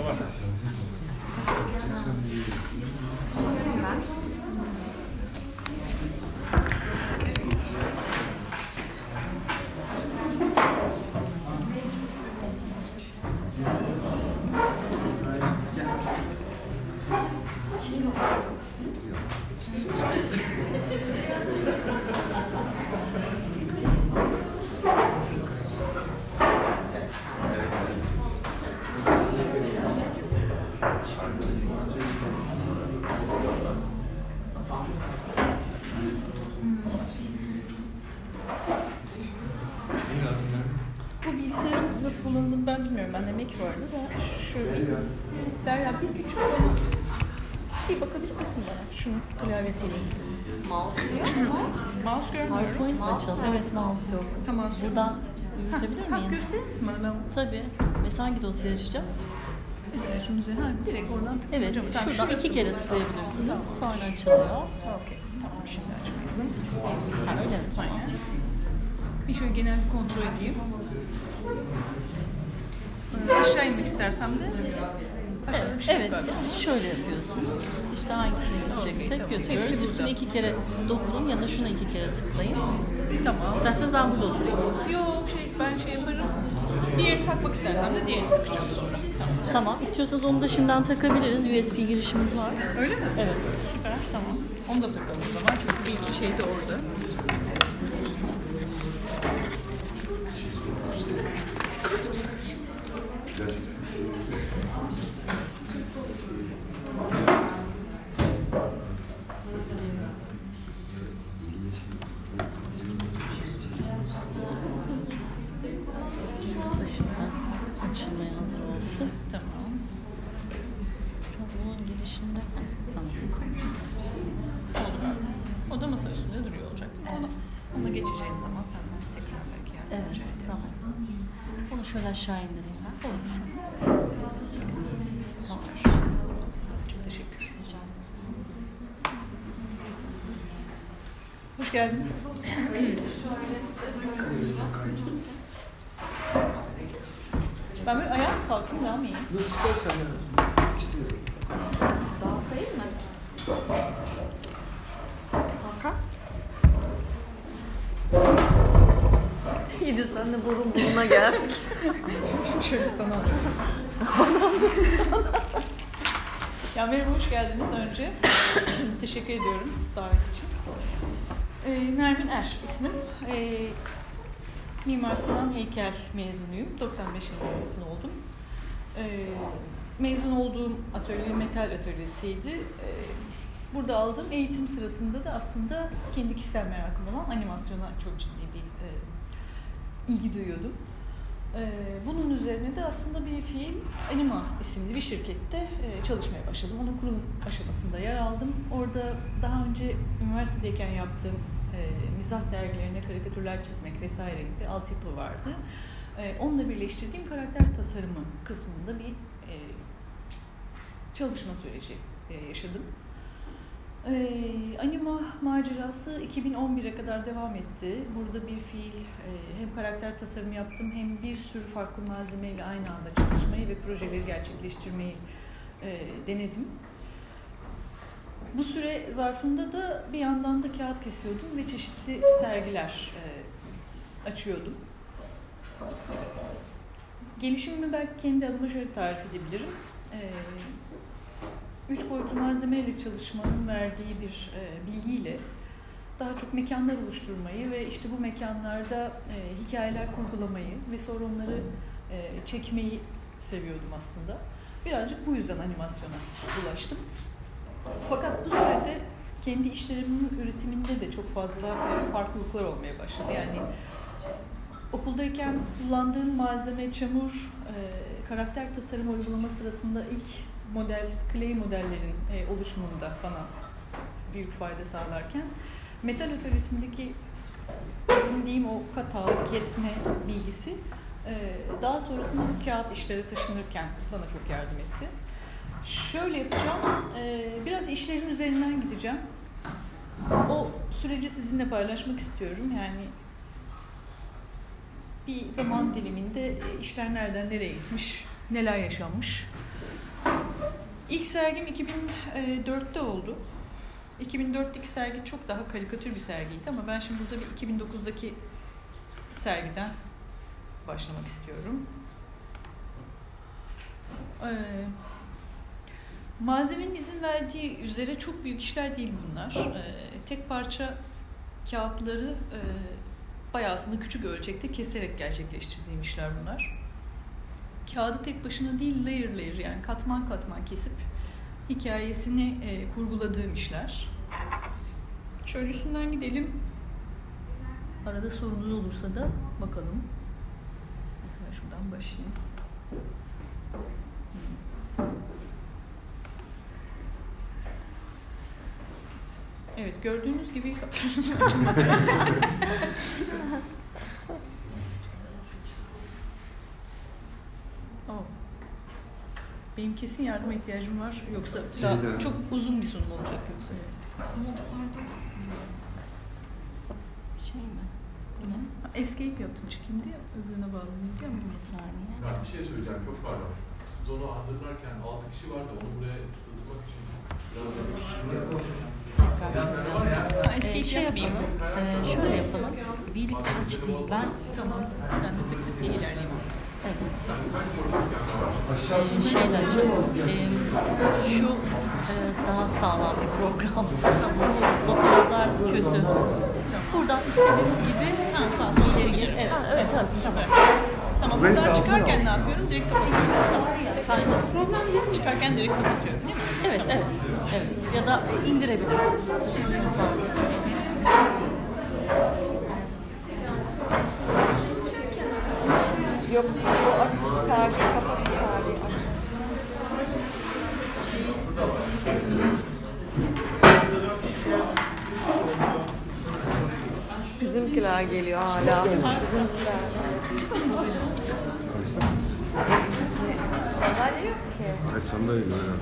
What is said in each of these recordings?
Bu bilgisayarın nasıl kullanıldığını ben bilmiyorum. Bende Mac vardı da şöyle Derya bir küçük bir bakabilir misin bana şunun klavyesiyle ilgili? Mouse yok mu? Mouse görmüyorum. PowerPoint açalım. Evet, mouse yok. Tamam. Buradan yürütebilir miyiz? Gösterir misin bana? Ben Tabii. Mesela hangi dosyayı açacağız? mesela şunun üzerine direkt oradan Evet, tıklayacağım. şuradan 2 kere tıklayabilirsiniz. Sonra açılıyor. Okey. Tamam, şimdi açmayalım. Ha, öyle mi? Aynen. Bir şöyle genel bir kontrol edeyim. Sonra aşağı inmek istersem de aşağıda bir şey Evet, yok galiba. yani şöyle yapıyorsunuz. İşte hangisine gideceksek götürüyoruz. Hepsi burada. Üstüne 2 kere dokunun ya da şuna 2 kere tıklayın. Tamam. İsterseniz ben burada oturayım. Yok ben şey yaparım. Diğerini takmak istersem de diğerini takacağım sonra. Tamam. Tamam, istiyorsanız onu da şimdiden takabiliriz. USB girişimiz var. Öyle mi? Evet. Süper. Tamam. Onu da takalım o zaman çünkü bir iki şey de orada. Şimdiden açılmaya hazır olsun. Tamam. Biraz bunun girişinde. Tamam. Oldu galiba. O da masa üstünde duruyor olacak. Evet. Ona geçeceğim zaman senden tekrar belki yardımcı Evet, ederim. tamam. Onu şöyle aşağı indireyim ben. Olur. Tamam. Çok teşekkür. Rica ederim. Hoş geldiniz. Ben böyle ayağa mı kalkayım daha mı iyi? Nasıl istersen yani. İstiyorum. Daha koyayım mı? Hakan? İyice sen de burun buruna geldik. Şöyle sana olacak. Ya merhaba, hoş geldiniz önce. Teşekkür ediyorum davet için. Nermin Er ismim. Mimar Sinan Heykel mezunuyum. 95 yılında mezun oldum. Mezun olduğum atölye metal atölyesiydi. Burada aldığım eğitim sırasında da aslında kendi kişisel merakım olan animasyona çok ciddi bir ilgi duyuyordum. Bunun üzerine de aslında bir fiil Anima isimli bir şirkette çalışmaya başladım. Onun kurulum aşamasında yer aldım. Orada daha önce üniversitedeyken yaptığım mizah dergilerine karikatürler çizmek vesaire gibi altyapı vardı. Onunla birleştirdiğim karakter tasarımı kısmında bir çalışma süreci yaşadım. Anima macerası 2011'e kadar devam etti. Burada bir fiil hem karakter tasarımı yaptım hem bir sürü farklı malzemeyle aynı anda çalışmayı ve projeleri gerçekleştirmeyi denedim. Bu süre zarfında da bir yandan da kağıt kesiyordum ve çeşitli sergiler açıyordum. Gelişimimi belki kendi adıma şöyle tarif edebilirim. 3 boyutlu malzemeyle çalışmanın verdiği bir bilgiyle daha çok mekanlar oluşturmayı ve işte bu mekanlarda hikayeler kurgulamayı ve sonra onları çekmeyi seviyordum aslında. Birazcık bu yüzden animasyona ulaştım. Fakat bu sürede kendi işlerimin üretiminde de çok fazla farklılıklar olmaya başladı. Yani okuldayken kullandığım malzeme çamur, karakter tasarım uygulama sırasında ilk clay modellerin oluşumunda bana büyük fayda sağlarken metal atölyesindeki diyeyim o cutout, kesme bilgisi daha sonrasında bu kağıt işlere taşınırken bana çok yardım etti. Şöyle yapacağım, biraz işlerin üzerinden gideceğim. O süreci sizinle paylaşmak istiyorum. Yani bir zaman diliminde işler nereden nereye gitmiş, neler yaşanmış. İlk sergim 2004'te oldu. 2004'teki sergi çok daha karikatür bir sergiydi ama ben şimdi burada bir 2009'daki sergiden başlamak istiyorum. Malzemenin izin verdiği üzere çok büyük işler değil bunlar. Tek parça kağıtları bayağı aslında küçük ölçekte keserek gerçekleştirdiğim işler bunlar. Kağıdı tek başına değil layer layer yani katman katman kesip hikayesini kurguladığım işler. Şöyle üstünden gidelim. Arada sorunuz olursa da bakalım. Mesela şuradan başlayayım. Evet, gördüğünüz gibi açılmadı. Benim kesin yardıma ihtiyacım var. Yoksa daha çok uzun bir sunum olacak yoksa. Şey mi? Escape yaptım çıkayım diye öbürüne bağlanayım diye ama Bir saniye. Ben bir şey söyleyeceğim, çok pardon. Siz onu hazırlarken 6 kişi vardı, onu buraya sığdırmak için biraz Şey yapayım. Şöyle yapalım. Birlikte aç değil. Ben tamam. Ben de tık tık diye ilerleyeyim. evet. kaç porsiyon var? Şeyle açalım. Şu daha sağlam bir program. Tamam. Fotoğraflar kötü. Tamam. Buradan istediğiniz gibi Sağ sol ileri geri. Evet. evet. Süper. Tamam. Buradan çıkarken ne yapıyorum? Direkt kapatıyorum. Efendim? Çıkarken direkt kapatıyorum değil mi? Evet, evet. Evet. Ya da indirebilirsiniz. Mesela. Yok, o perdeyi kapat, perdeyi aç. Bizimkiler geliyor hala. Bizimkiler. Sandalye yok ki. Evet, sandalye var ya.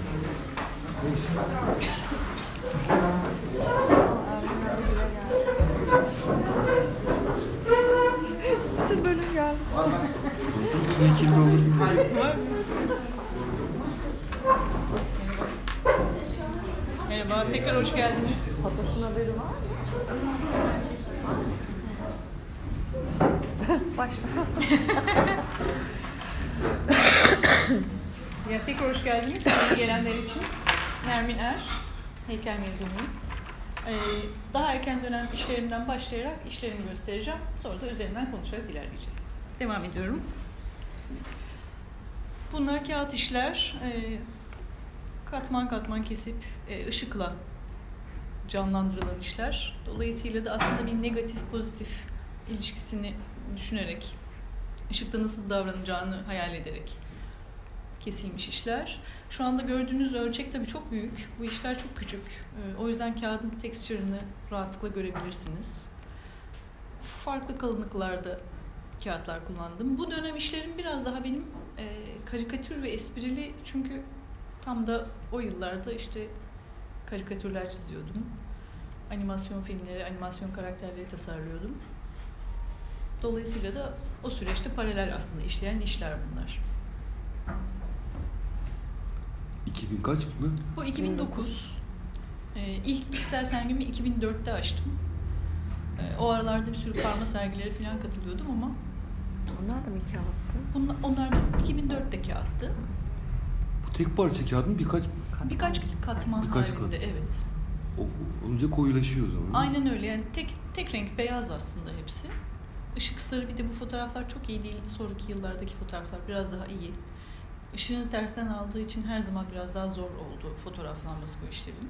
Bütün bölüm geldi. İçine kirli olur gibi. Merhaba, tekrar hoş geldiniz. Fatoş'un haberi var mı? Başla. Ya, tekrar hoş geldiniz. Gelenler için Nermin Er, heykel mezunuyum. Daha erken dönem işlerimden başlayarak işlerimi göstereceğim. Sonra da üzerinden konuşarak ilerleyeceğiz. Devam ediyorum. Bunlar kağıt işler. Katman katman kesip ışıkla canlandırılan işler. Dolayısıyla da aslında bir negatif pozitif ilişkisini düşünerek, ışıkta nasıl davranacağını hayal ederek kesilmiş işler. Şu anda gördüğünüz ölçek tabii çok büyük. Bu işler çok küçük. O yüzden kağıdın tekstürünü rahatlıkla görebilirsiniz. Farklı kalınlıklarda kağıtlar kullandım. Bu dönem işlerim biraz daha benim karikatür ve esprili, çünkü tam da o yıllarda işte karikatürler çiziyordum. Animasyon filmleri, animasyon karakterleri tasarlıyordum. Dolayısıyla da o süreçte paralel aslında işleyen işler bunlar. 2000 kaç bunlar? Bu 2009. İlk kişisel sergimi 2004'te açtım. O aralarda bir sürü karma sergilere falan katılıyordum ama Onlar da mı kağıttı? onlar 2004'te kağıttı. Bu tek parça kağıdın Birkaç katman Birkaç halinde, kat. evet. olunca koyulaşıyor o zaman. Aynen öyle, yani tek renk beyaz aslında hepsi. Işık sarı, bir de bu fotoğraflar çok iyi değildi. Sonraki yıllardaki fotoğraflar biraz daha iyi. Işığını tersten aldığı için her zaman biraz daha zor oldu fotoğraflanması bu işlerin.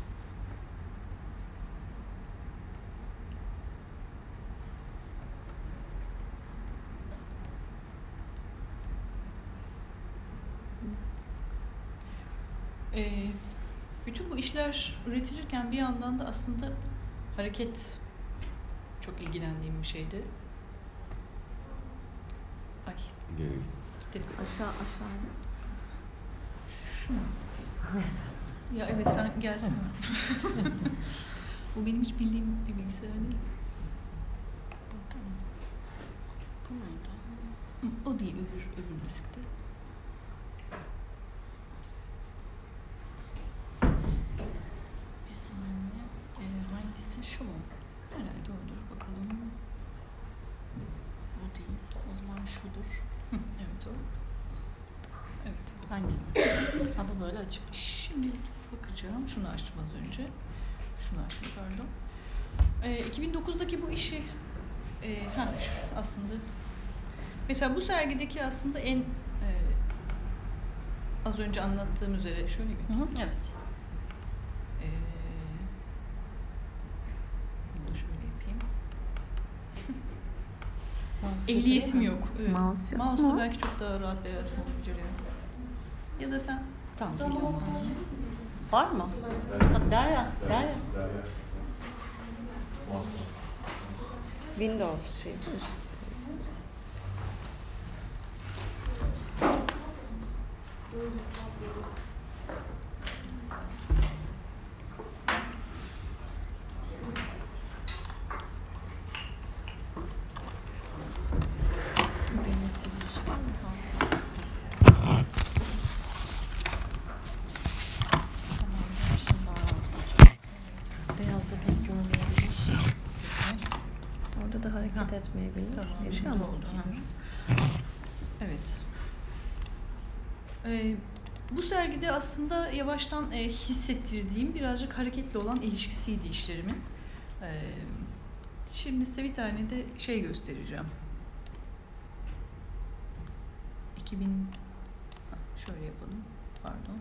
Bütün bu işler üretilirken bir yandan da aslında hareket çok ilgilendiğim bir şeydi. Ay, gitti. Aşağı. Şu mu? Ya evet, sen gelsene. Bu benim hiç bildiğim bir bilgisayar değil. Bu muydu? O değil, öbür diskte. Hangisini? Ama böyle açık. Şimdilik bakacağım. Şunu açtım az önce. Şunu açtım pardon. 2009'daki bu işi aslında mesela bu sergideki aslında en az önce anlattığım üzere şöyle bir. Evet. Bunu şöyle yapayım. Mouse Ehliyetim getireyim mi? yok. Evet. Mouse yok Mouse'la mu? belki çok daha rahat beyazlamak beceriyorum. Ya da sen. Tamam. Var mı? Tabii Derya. Windows şey. Beyazda pek görmeyebilir. Orada da hareket etmeyebilir. Tamam. Bir şey Şimdi ama oldu. Evet. Bu sergide aslında yavaştan hissettirdiğim birazcık hareketli olan ilişkisiydi işlerimin. Şimdi size bir tane de şey göstereceğim. Şöyle yapalım. Pardon.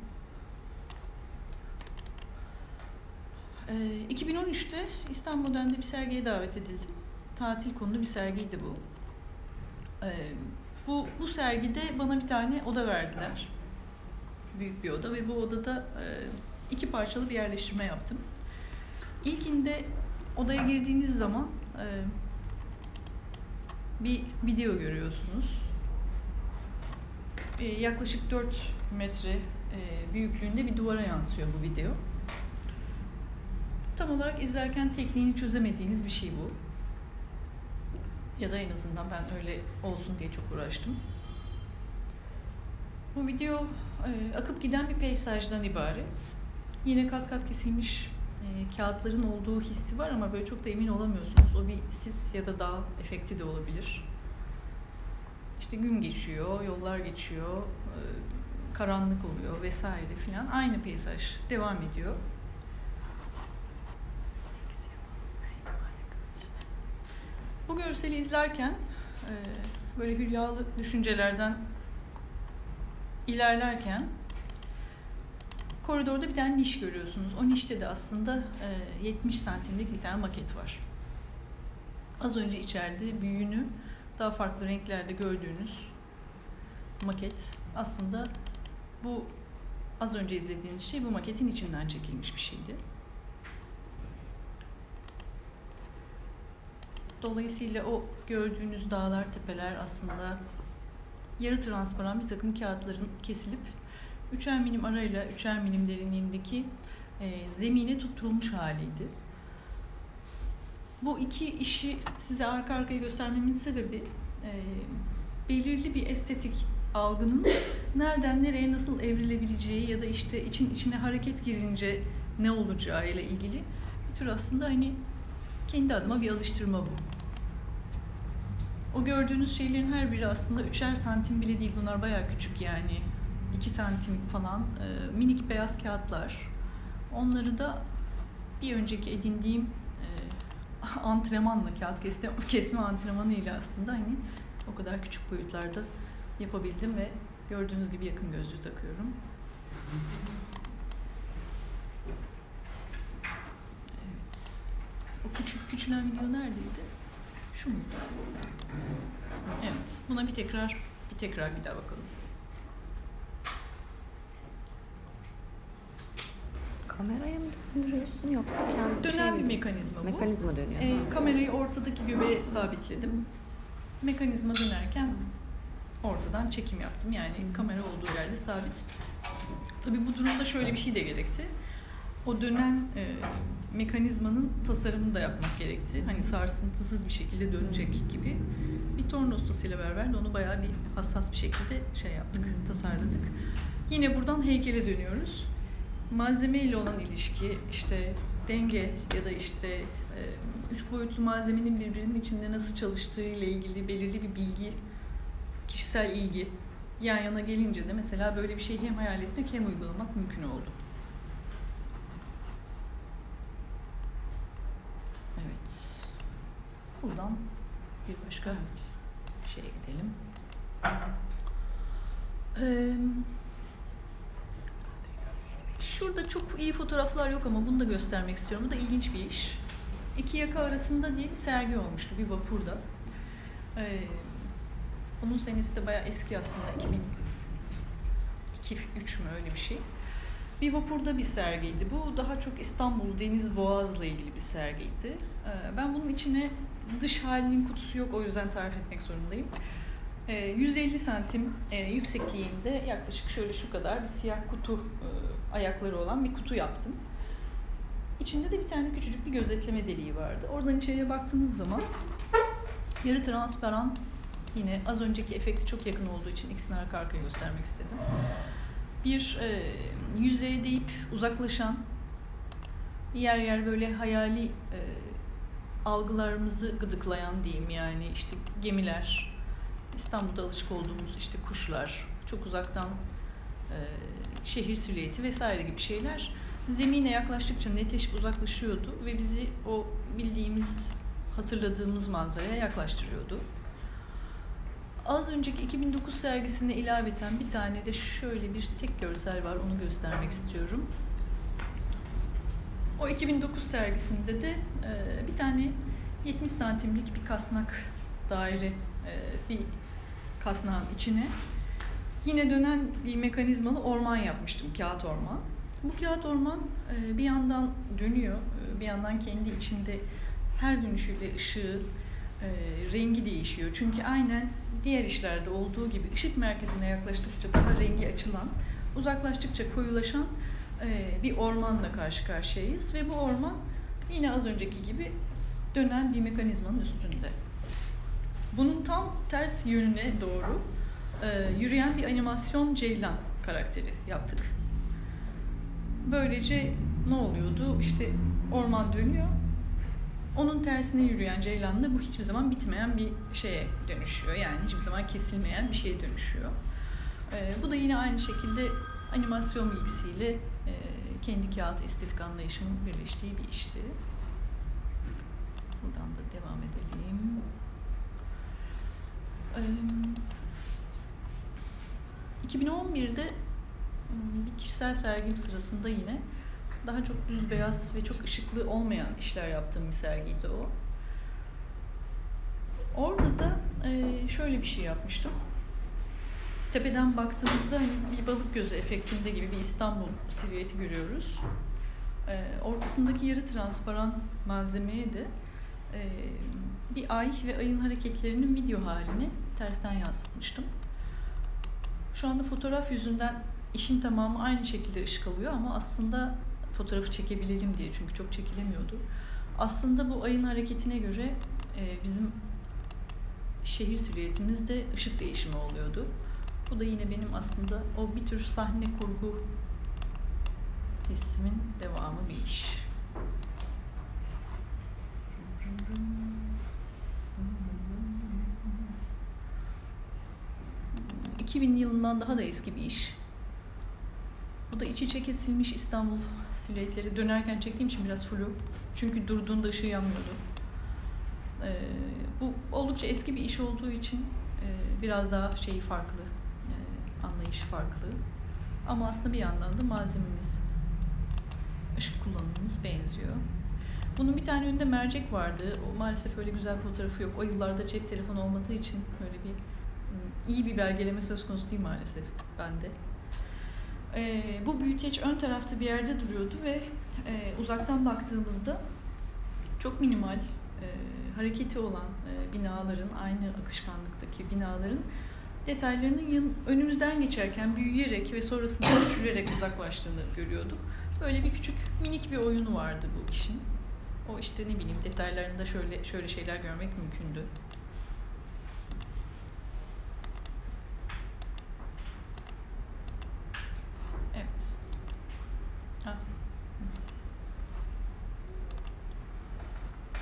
2013'te İstanbul Modern'de bir sergiye davet edildim. Tatil konulu bir sergiydi bu. Bu sergide bana bir tane oda verdiler. Büyük bir oda ve bu odada 2 parçalı bir yerleştirme yaptım. İlkinde odaya girdiğiniz zaman bir video görüyorsunuz. Yaklaşık 4 metre büyüklüğünde bir duvara yansıyor bu video. Tam olarak izlerken tekniğini çözemediğiniz bir şey bu. Ya da en azından ben öyle olsun diye çok uğraştım. Bu video akıp giden bir peyzajdan ibaret. Yine kat kat kesilmiş kağıtların olduğu hissi var ama böyle çok da emin olamıyorsunuz. O bir sis ya da dağ efekti de olabilir. İşte gün geçiyor, yollar geçiyor, karanlık oluyor vesaire filan. Aynı peyzaj devam ediyor. Bu görseli izlerken böyle hülyalı düşüncelerden ilerlerken koridorda bir tane niş görüyorsunuz. O nişte de aslında 70 santimlik bir tane maket var. Az önce içeride büyüğünü daha farklı renklerde gördüğünüz maket aslında bu az önce izlediğiniz şey bu maketin içinden çekilmiş bir şeydi. Dolayısıyla o gördüğünüz dağlar, tepeler aslında yarı transparan bir takım kağıtların kesilip 3'er milim arayla 3'er milim derinliğindeki zemine tutturulmuş haliydi. Bu iki işi size arka arkaya göstermemin sebebi belirli bir estetik algının nereden nereye nasıl evrilebileceği ya da işte içine hareket girince ne olacağı ile ilgili bir tür aslında hani kendi adıma bir alıştırma bu. O gördüğünüz şeylerin her biri aslında 3'er santim bile değil. Bunlar bayağı küçük yani. 2 santim falan minik beyaz kağıtlar. Onları da bir önceki edindiğim antrenmanla, kağıt kesme antrenmanıyla aslında hani o kadar küçük boyutlarda yapabildim ve gördüğünüz gibi yakın gözlüğü takıyorum. Evet. O küçülen video neredeydi? Şu muydu? Evet. Buna bir daha bakalım. Kameraya mı döndürüyorsun yoksa kendi Dönen bir mekanizma bu. Mekanizma dönüyor. Kamerayı ortadaki göbeğe sabitledim. Mekanizma dönerken ortadan çekim yaptım. Yani kamera olduğu yerde sabit. Tabii bu durumda şöyle bir şey de gerekti. O dönen mekanizmanın tasarımını da yapmak gerekti. Hani sarsıntısız bir şekilde dönecek gibi. Bir torna ustasıyla beraber de onu bayağı bir hassas bir şekilde tasarladık. Yine buradan heykele dönüyoruz. Malzeme ile olan ilişki, işte denge ya da işte 3 boyutlu malzemenin birbirinin içinde nasıl çalıştığı ile ilgili belirli bir bilgi, kişisel ilgi yan yana gelince de mesela böyle bir şeyi hem hayal etmek hem uygulamak mümkün oldu. Evet. Buradan bir başka şeye gidelim. Şurada çok iyi fotoğraflar yok ama bunu da göstermek istiyorum. Bu da ilginç bir iş. İki Yaka Arasında diye bir sergi olmuştu bir vapurda. Onun senesi de bayağı eski aslında. 2002-2003 mü öyle bir şey. Bir vapurda bir sergiydi. Bu daha çok İstanbul Deniz Boğaz'la ilgili bir sergiydi. Ben bunun içine dış halinin kutusu yok, o yüzden tarif etmek zorundayım. 150 santim yüksekliğinde yaklaşık şöyle şu kadar bir siyah kutu ayakları olan bir kutu yaptım. İçinde de bir tane küçücük bir gözetleme deliği vardı. Oradan içeriye baktığınız zaman yarı transparan, yine az önceki efekte çok yakın olduğu için ikisini arka arkaya göstermek istedim. Bir yüzeye değip uzaklaşan, yer yer böyle hayali algılarımızı gıdıklayan diyeyim, yani işte gemiler, İstanbul'da alışık olduğumuz işte kuşlar, çok uzaktan şehir silüeti vesaire gibi şeyler zemine yaklaştıkça netleşip uzaklaşıyordu ve bizi o bildiğimiz, hatırladığımız manzaraya yaklaştırıyordu. Az önceki 2009 sergisine ilaveten bir tane de şöyle bir tek görsel var, onu göstermek istiyorum. O 2009 sergisinde de bir tane 70 santimlik bir kasnak daire, bir kasnağın içine yine dönen bir mekanizmalı orman yapmıştım, kağıt orman. Bu kağıt orman bir yandan dönüyor, bir yandan kendi içinde her dönüşüyle ışığı, rengi değişiyor. Çünkü aynen diğer işlerde olduğu gibi ışık merkezine yaklaştıkça daha rengi açılan, uzaklaştıkça koyulaşan bir ormanla karşı karşıyayız. Ve bu orman yine az önceki gibi dönen bir mekanizmanın üstünde. Bunun tam ters yönüne doğru yürüyen bir animasyon ceylan karakteri yaptık. Böylece ne oluyordu? İşte orman dönüyor. Onun tersine yürüyen ceylanla bu hiçbir zaman bitmeyen bir şeye dönüşüyor. Yani hiçbir zaman kesilmeyen bir şeye dönüşüyor. Bu da yine aynı şekilde animasyon bilgisiyle kendi kağıt estetik anlayışımın birleştiği bir işti. Buradan da devam edelim. 2011'de bir kişisel sergim sırasında yine daha çok düz beyaz ve çok ışıklı olmayan işler yaptığım bir sergiydi o. Orada da şöyle bir şey yapmıştım. Tepeden baktığımızda hani bir balık gözü efektinde gibi bir İstanbul silüeti görüyoruz. Ortasındaki yarı transparan malzemeye de bir ay ve ayın hareketlerinin video halini tersten yansıtmıştım. Şu anda fotoğraf yüzünden işin tamamı aynı şekilde ışık alıyor ama aslında fotoğrafı çekebilelim diye, çünkü çok çekilemiyordu. Aslında bu ayın hareketine göre bizim şehir silüetimizde ışık değişimi oluyordu. Bu da yine benim aslında o bir tür sahne kurgu hissimin devamı bir iş. 2000 yılından daha da eski bir iş. Bu da iç içe kesilmiş İstanbul silüetleri. Dönerken çektiğim için biraz flu. Çünkü durduğunda ışığı yanmıyordu. Bu oldukça eski bir iş olduğu için biraz daha şeyi farklı, anlayışı farklı. Ama aslında bir yandan da malzememiz, ışık kullanımımız benziyor. Bunun bir tane önünde mercek vardı. O maalesef öyle güzel bir fotoğrafı yok. O yıllarda cep telefonu olmadığı için böyle bir iyi bir belgeleme söz konusu değil maalesef bende. Bu büyüteç ön tarafta bir yerde duruyordu ve uzaktan baktığımızda çok minimal hareketi olan binaların, aynı akışkanlıktaki binaların detaylarının önümüzden geçerken büyüyerek ve sonrasında küçülerek uzaklaştığını görüyorduk. Böyle bir küçük minik bir oyunu vardı bu işin. O işte ne bileyim detaylarında şöyle şeyler görmek mümkündü. Evet.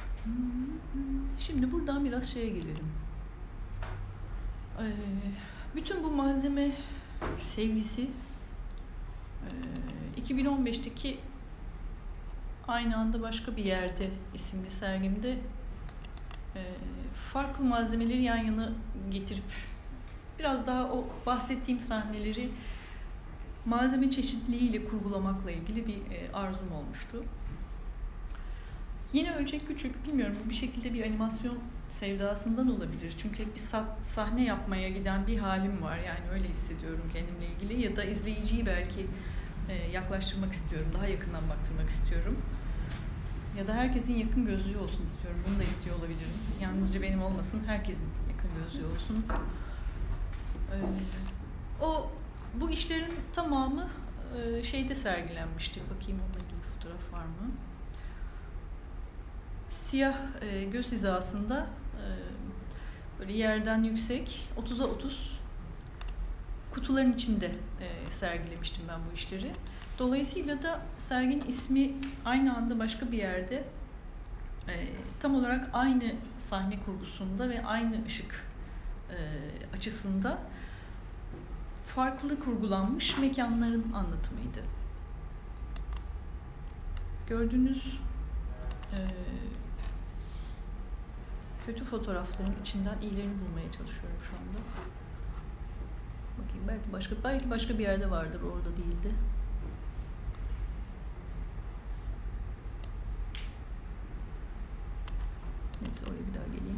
Şimdi buradan biraz şeye gelelim. Bütün bu malzeme sevgisi 2015'teki Aynı Anda Başka Bir Yerde isimli sergimde farklı malzemeleri yan yana getirip biraz daha o bahsettiğim sahneleri malzeme çeşitliliğiyle kurgulamakla ilgili bir arzum olmuştu. Yine ölçek küçük, bilmiyorum, bir şekilde bir animasyon sevdasından olabilir. Çünkü hep bir sahne yapmaya giden bir halim var. Yani öyle hissediyorum kendimle ilgili. Ya da izleyiciyi belki yaklaştırmak istiyorum, daha yakından baktırmak istiyorum. Ya da herkesin yakın gözlüğü olsun istiyorum. Bunu da istiyor olabilirim. Yalnızca benim olmasın, herkesin yakın gözlüğü olsun. Bu işlerin tamamı şeyde sergilenmişti. Bakayım onunla ilgili fotoğraf var mı? Siyah göz hizasında böyle yerden yüksek 30'a 30 kutuların içinde sergilemiştim ben bu işleri. Dolayısıyla da serginin ismi Aynı Anda Başka Bir Yerde tam olarak aynı sahne kurgusunda ve aynı ışık açısında farklı kurgulanmış mekanların anlatımıydı. Gördüğünüz kötü fotoğrafların içinden iyilerini bulmaya çalışıyorum şu anda. Bakayım, belki başka bir yerde vardır, orada değildi. Neyse, oraya bir daha geleyim.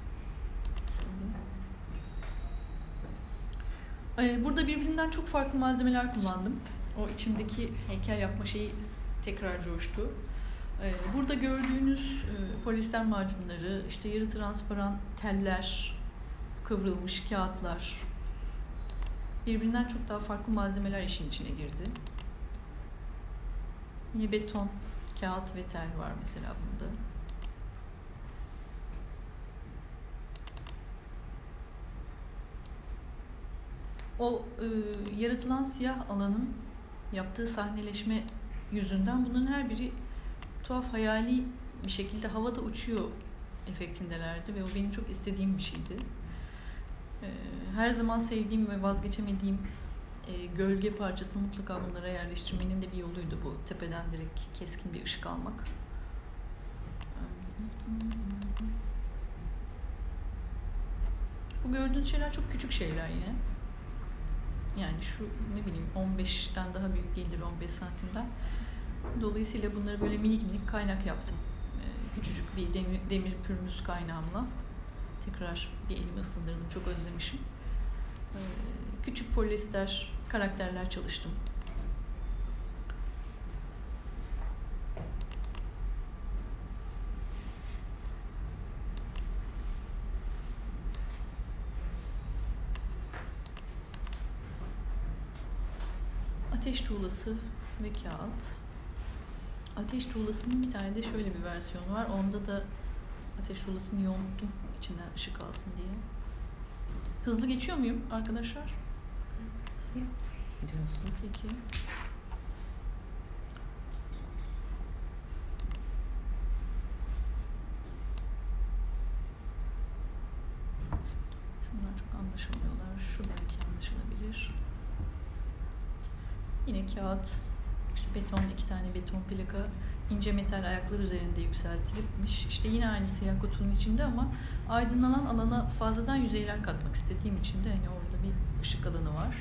Burada birbirinden çok farklı malzemeler kullandım. O içimdeki heykel yapma şeyi tekrar coştu. Burada gördüğünüz polyester macunları, işte yarı transparan teller, kıvrılmış kağıtlar, birbirinden çok daha farklı malzemeler işin içine girdi. Yine beton, kağıt ve tel var mesela bunda. O yaratılan siyah alanın yaptığı sahneleşme yüzünden bunların her biri tuhaf hayali bir şekilde havada uçuyor efektindelerdi ve o benim çok istediğim bir şeydi. Her zaman sevdiğim ve vazgeçemediğim gölge parçası mutlaka bunlara yerleştirmenin de bir yoluydu bu. Tepeden direkt keskin bir ışık almak. Bu gördüğünüz şeyler çok küçük şeyler yine. Yani şu, ne bileyim, 15'ten daha büyük değildir, 15 santimden. Dolayısıyla bunları böyle minik minik kaynak yaptım. Küçücük bir demir pürmüz kaynağımla. Tekrar bir elimi ısındırdım, çok özlemişim. Küçük polyester karakterler çalıştım. Ateş tuğlası ve kağıt. Ateş tuğlasının bir tane de şöyle bir versiyonu var. Onda da ateş tuğlasını yonttum içinden ışık alsın diye. Hızlı geçiyor muyum arkadaşlar? Gidiyorsun. Peki. Şunlar çok anlaşılmıyorlar. Şu belki anlaşılabilir. Yine kağıt, işte beton, 2 tane beton plaka, ince metal ayaklar üzerinde yükseltilmiş. İşte yine aynı siyah kutunun içinde ama aydınlanan alana fazladan yüzeyler katmak istediğim için de hani orada bir ışık alanı var.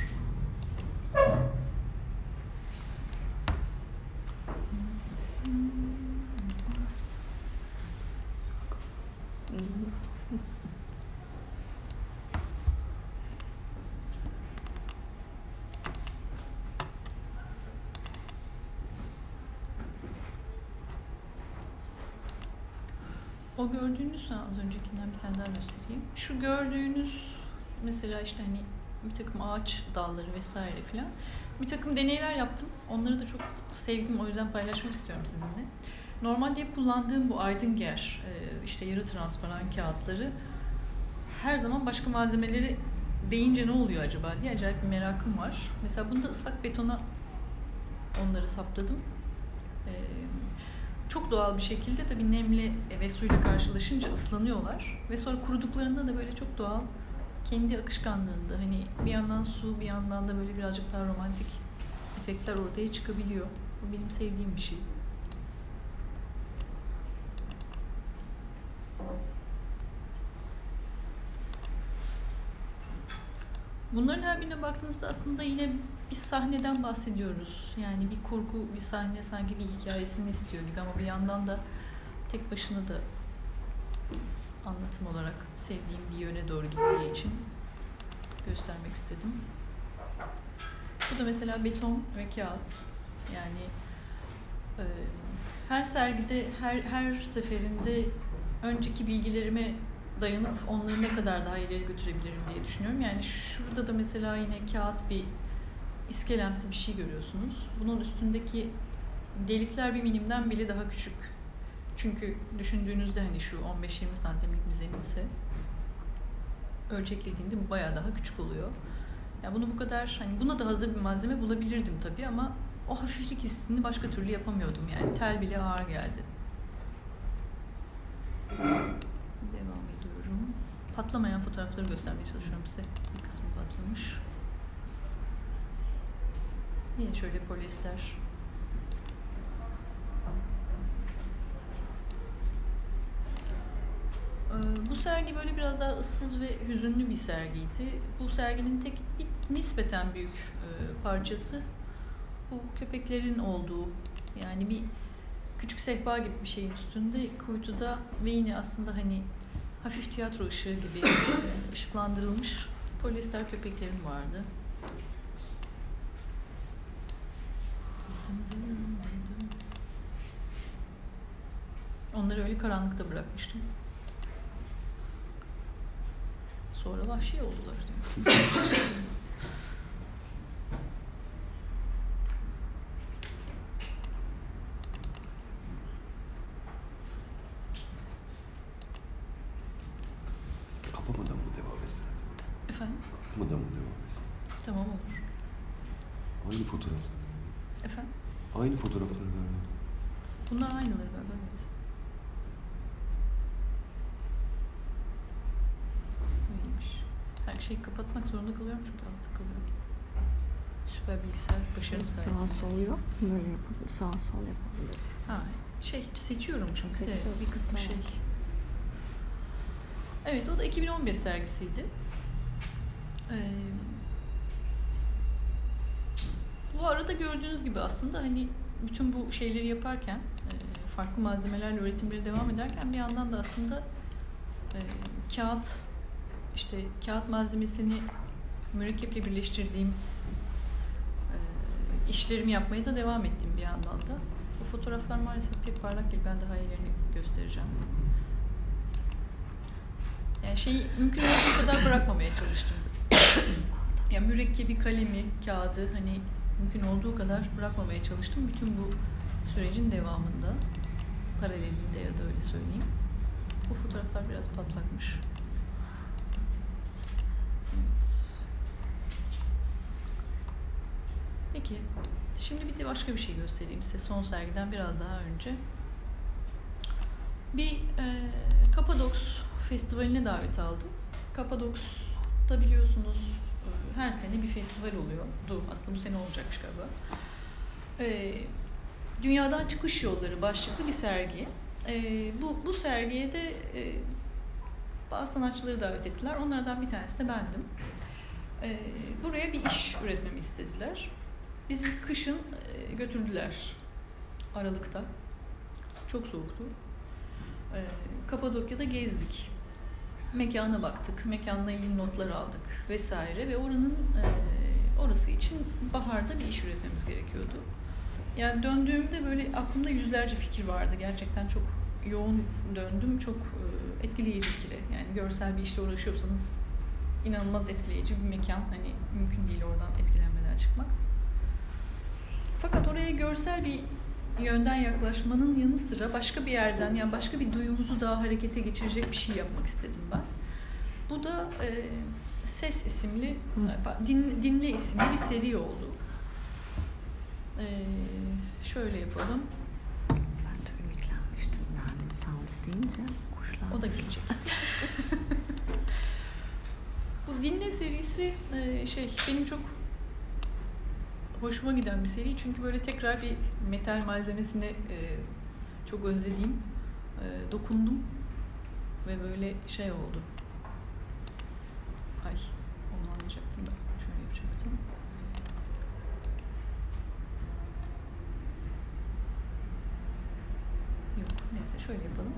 O gördüğünüz, az öncekinden bir tane daha göstereyim. Şu gördüğünüz mesela işte hani bir takım ağaç dalları vesaire filan. Bir takım deneyler yaptım. Onları da çok sevdim. O yüzden paylaşmak istiyorum sizinle. Normalde hep kullandığım bu Aydinger, işte yarı transparan kağıtları her zaman başka malzemeleri deyince ne oluyor acaba diye acayip bir merakım var. Mesela bunda ıslak betona onları sapladım. Çok doğal bir şekilde tabii nemli ve suyla karşılaşınca ıslanıyorlar ve sonra kuruduklarında da böyle çok doğal kendi akışkanlığında hani bir yandan su bir yandan da böyle birazcık daha romantik efektler ortaya çıkabiliyor. Bu benim sevdiğim bir şey. Bunların her birine baktığınızda aslında yine bir sahneden bahsediyoruz. Yani bir kurgu, bir sahne sanki bir hikayesini istiyor gibi ama bir yandan da tek başına da anlatım olarak sevdiğim bir yöne doğru gittiği için göstermek istedim. Bu da mesela beton ve kağıt. Yani her sergide, her seferinde önceki bilgilerime dayanıp onları ne kadar daha ileri götürebilirim diye düşünüyorum. Yani şurada da mesela yine kağıt bir iskelemsi bir şey görüyorsunuz. Bunun üstündeki delikler bir milimden bile daha küçük. Çünkü düşündüğünüzde hani şu 15-20 santimlik bir zeminse ölçeklediğinde bu bayağı daha küçük oluyor. Yani bunu bu kadar hani buna da hazır bir malzeme bulabilirdim tabii ama o hafiflik hissini başka türlü yapamıyordum. Yani tel bile ağır geldi. Devam ediyorum. Patlamayan fotoğrafları göstermeye çalışıyorum size. Bir kısmı patlamış. Yine şöyle polyester. Bu sergi böyle biraz daha ıssız ve hüzünlü bir sergiydi. Bu serginin tek nispeten büyük parçası bu köpeklerin olduğu, yani bir küçük sehpa gibi bir şeyin üstünde kuytuda ve yine aslında hani hafif tiyatro ışığı gibi ışıklandırılmış polyester köpeklerim vardı. Onları öyle karanlıkta bırakmıştım. Sonra vahşi oldular diyor. Kapamadan mı devam etsin? Efendim? Kapamadan mı devam etsin? Tamam olur. Aynı fotoğraflar. Efendim? Aynı fotoğraflar galiba. Bunlar aynıları galiba, evet. Öyleymiş. Her şeyi kapatmak zorunda kalıyorum çünkü altta kalıyorum. Süper bilgisayar başarılı sayesinde. Sağ sol yok. Böyle yapabilir. Sağ sol yapabilir. Ha, seçiyorum çünkü de Seçiyorsun, bir kısmı tamam. şey. Evet, o da 2015 sergisiydi. Bu arada gördüğünüz gibi aslında hani bütün bu şeyleri yaparken farklı malzemelerle üretimleri devam ederken bir yandan da aslında kağıt malzemesini mürekkeple birleştirdiğim işlerimi yapmaya da devam ettim bir yandan da. Bu fotoğraflar maalesef pek parlak değil. Ben daha ilerini göstereceğim. Yani mümkün olduğu kadar bırakmamaya çalıştım. Yani mürekkebi, kalemi, kağıdı hani mümkün olduğu kadar bırakmamaya çalıştım. Bütün bu sürecin devamında, paralelinde ya da öyle söyleyeyim. Bu fotoğraflar biraz patlakmış. Evet. Peki, şimdi bir de başka bir şey göstereyim size son sergiden biraz daha önce. Bir Kapadoks Festivali'ne davet aldım. Kapadoks'ta biliyorsunuz her sene bir festival oluyordu. Aslında bu sene olacakmış galiba. Dünyadan Çıkış Yolları başlıklı bir sergi. Bu sergiye de bazı sanatçıları davet ettiler. Onlardan bir tanesi de bendim. Buraya bir iş üretmemi istediler. Bizi kışın götürdüler. Aralık'ta. Çok soğuktu. Kapadokya'da gezdik. Mekana baktık. Mekanla ilgili notlar aldık vesaire ve orası için baharda bir iş üretmemiz gerekiyordu. Yani döndüğümde böyle aklımda yüzlerce fikir vardı. Gerçekten çok yoğun döndüm. Çok etkileyici bir kere. Yani görsel bir işle uğraşıyorsanız inanılmaz etkileyici bir mekan. Hani mümkün değil oradan etkilenmeden çıkmak. Fakat oraya görsel bir yönden yaklaşmanın yanı sıra başka bir yerden, yani başka bir duyumuzu daha harekete geçirecek bir şey yapmak istedim ben. Bu da Ses isimli, Dinle isimli bir seri oldu. Şöyle yapalım. Ben de ümitlenmiştim. Nermin Sounds deyince kuşlar. O da gelecek. Dinle serisi benim çok hoşuma giden bir seri. Çünkü böyle tekrar bir metal malzemesine çok özlediğim, dokundum ve böyle şey oldu. Ay, onu anlayacaktım da şöyle yapacaktım. Yok, neyse şöyle yapalım.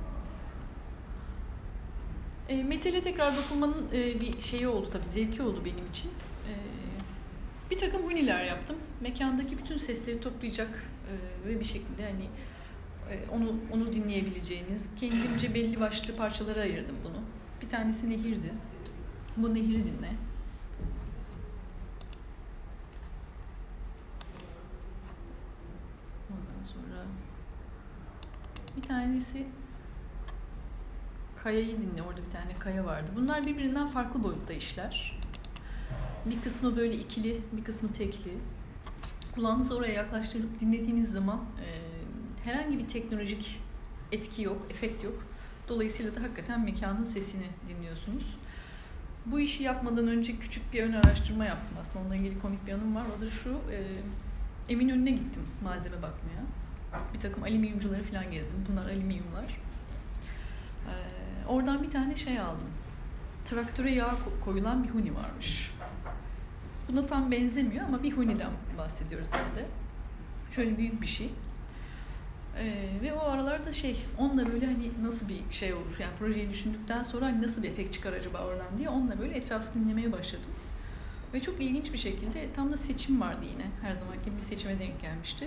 Metale tekrar dokunmanın bir şeyi oldu tabii, zevki oldu benim için. Bir takım huniler yaptım. Mekandaki bütün sesleri toplayacak ve bir şekilde hani onu dinleyebileceğiniz, kendimce belli başlı parçalara ayırdım bunu. Bir tanesi nehirdi. Bu nehiri dinle. Ondan sonra bir tanesi kayayı dinle. Orada bir tane kaya vardı. Bunlar birbirinden farklı boyutta işler. Bir kısmı böyle ikili, bir kısmı tekli. Kulağınızı oraya yaklaştırıp dinlediğiniz zaman herhangi bir teknolojik etki yok, efekt yok. Dolayısıyla da hakikaten mekanın sesini dinliyorsunuz. Bu işi yapmadan önce küçük bir ön araştırma yaptım aslında. Onunla ilgili komik bir anım var. O da şu, Eminönü'ne gittim malzeme bakmaya. Bir takım alüminyumcuları falan gezdim. Bunlar alüminyumlar. Oradan bir tane şey aldım. Traktöre yağ koyulan bir huni varmış. Buna tam benzemiyor ama bir huniden bahsediyoruz yine de. Şöyle büyük bir şey. Ve o aralarda onunla böyle hani nasıl bir şey olur, yani projeyi düşündükten sonra hani nasıl bir efekt çıkar acaba oradan diye onunla böyle etrafı dinlemeye başladım. Ve çok ilginç bir şekilde tam da seçim vardı yine. Her zamanki bir seçime denk gelmişti.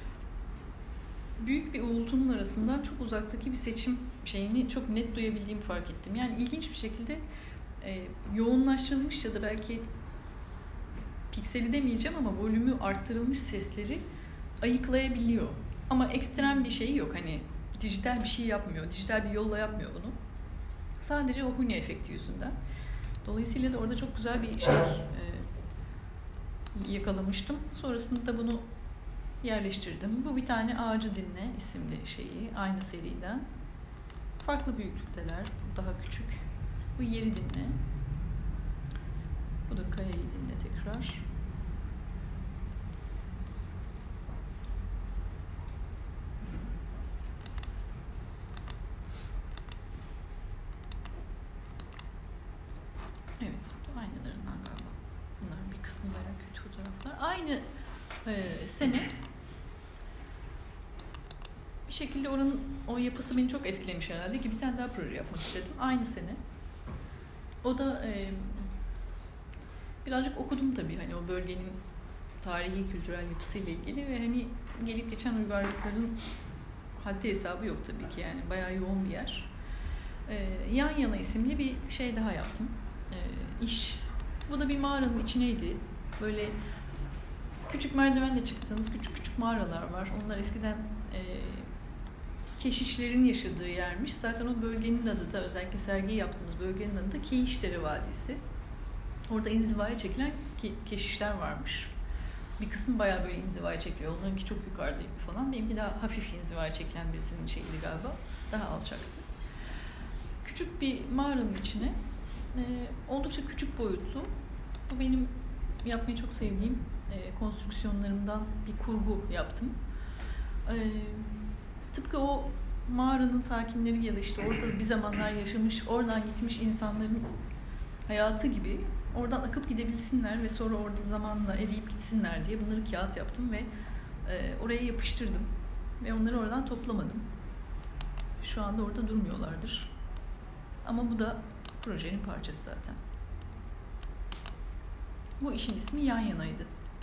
Büyük bir uğultunun arasından çok uzaktaki bir seçim şeyini çok net duyabildiğimi fark ettim. Yani ilginç bir şekilde yoğunlaştırılmış ya da belki pikseli demeyeceğim ama volümü arttırılmış sesleri ayıklayabiliyor. Ama ekstrem bir şey yok. Hani dijital bir şey yapmıyor. Dijital bir yolla yapmıyor bunu. Sadece o huni efekti yüzünden. Dolayısıyla da orada çok güzel bir şey yakalamıştım. Sonrasında da bunu yerleştirdim. Bu bir tane Ağacı Dinle isimli şeyi. Aynı seriden. Farklı büyüklükteler. Daha küçük. Bu Yeri Dinle. Bu da Kayayı Dinle tekrar. Evet, aynılarından galiba. Bunların bir kısmı bayağı kötü fotoğraflar. Aynı sene bir şekilde oranın o yapısı beni çok etkilemiş herhalde ki bir tane daha proje yapmak istedim. Aynı sene. O da birazcık okudum tabii hani o bölgenin tarihi, kültürel yapısıyla ilgili ve hani gelip geçen uygarlıkların haddi hesabı yok tabii ki yani bayağı yoğun bir yer. Yan Yana isimli bir şey daha yaptım. İş. Bu da bir mağaranın içineydi. Böyle küçük merdivenle çıktığınız küçük mağaralar var. Onlar eskiden keşişlerin yaşadığı yermiş. Zaten o bölgenin adı da özellikle sergiyi yaptığımız bölgenin adı da Keyişdere Vadisi. Orada inzivaya çekilen keşişler varmış. Bir kısmı bayağı böyle inzivaya çekiliyor. Onlarınki çok yukarıdaydı falan. Benimki daha hafif inzivaya çekilen birisinin şeyiydi galiba. Daha alçaktı. Küçük bir mağaranın içine oldukça küçük boyutlu. Bu benim yapmayı çok sevdiğim konstrüksiyonlarımdan bir kurgu yaptım. Tıpkı o mağaranın sakinleri ya da işte orada bir zamanlar yaşamış, oradan gitmiş insanların hayatı gibi oradan akıp gidebilsinler ve sonra orada zamanla eriyip gitsinler diye bunları kağıt yaptım ve oraya yapıştırdım. Ve onları oradan toplamadım. Şu anda orada durmuyorlardır. Ama bu da projenin parçası zaten. Bu işin ismi Yan Yana'ydı.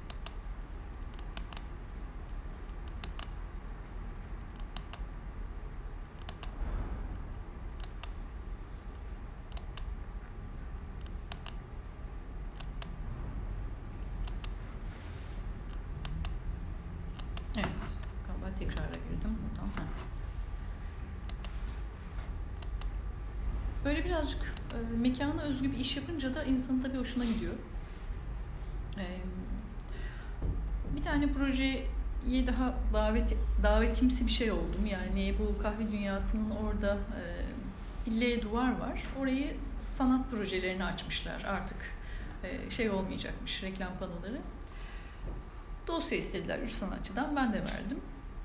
Evet, galiba tekrara girdim buradan. Böyle birazcık mekana özgü bir iş yapınca da insanın tabii hoşuna gidiyor. Bir tane projeye daha davetimsi bir şey oldum. Yani bu kahve dünyasının orada İlle duvar var. Orayı sanat projelerini açmışlar. Artık şey olmayacakmış, reklam panoları. Dosya istediler 3 sanatçıdan. Ben de verdim.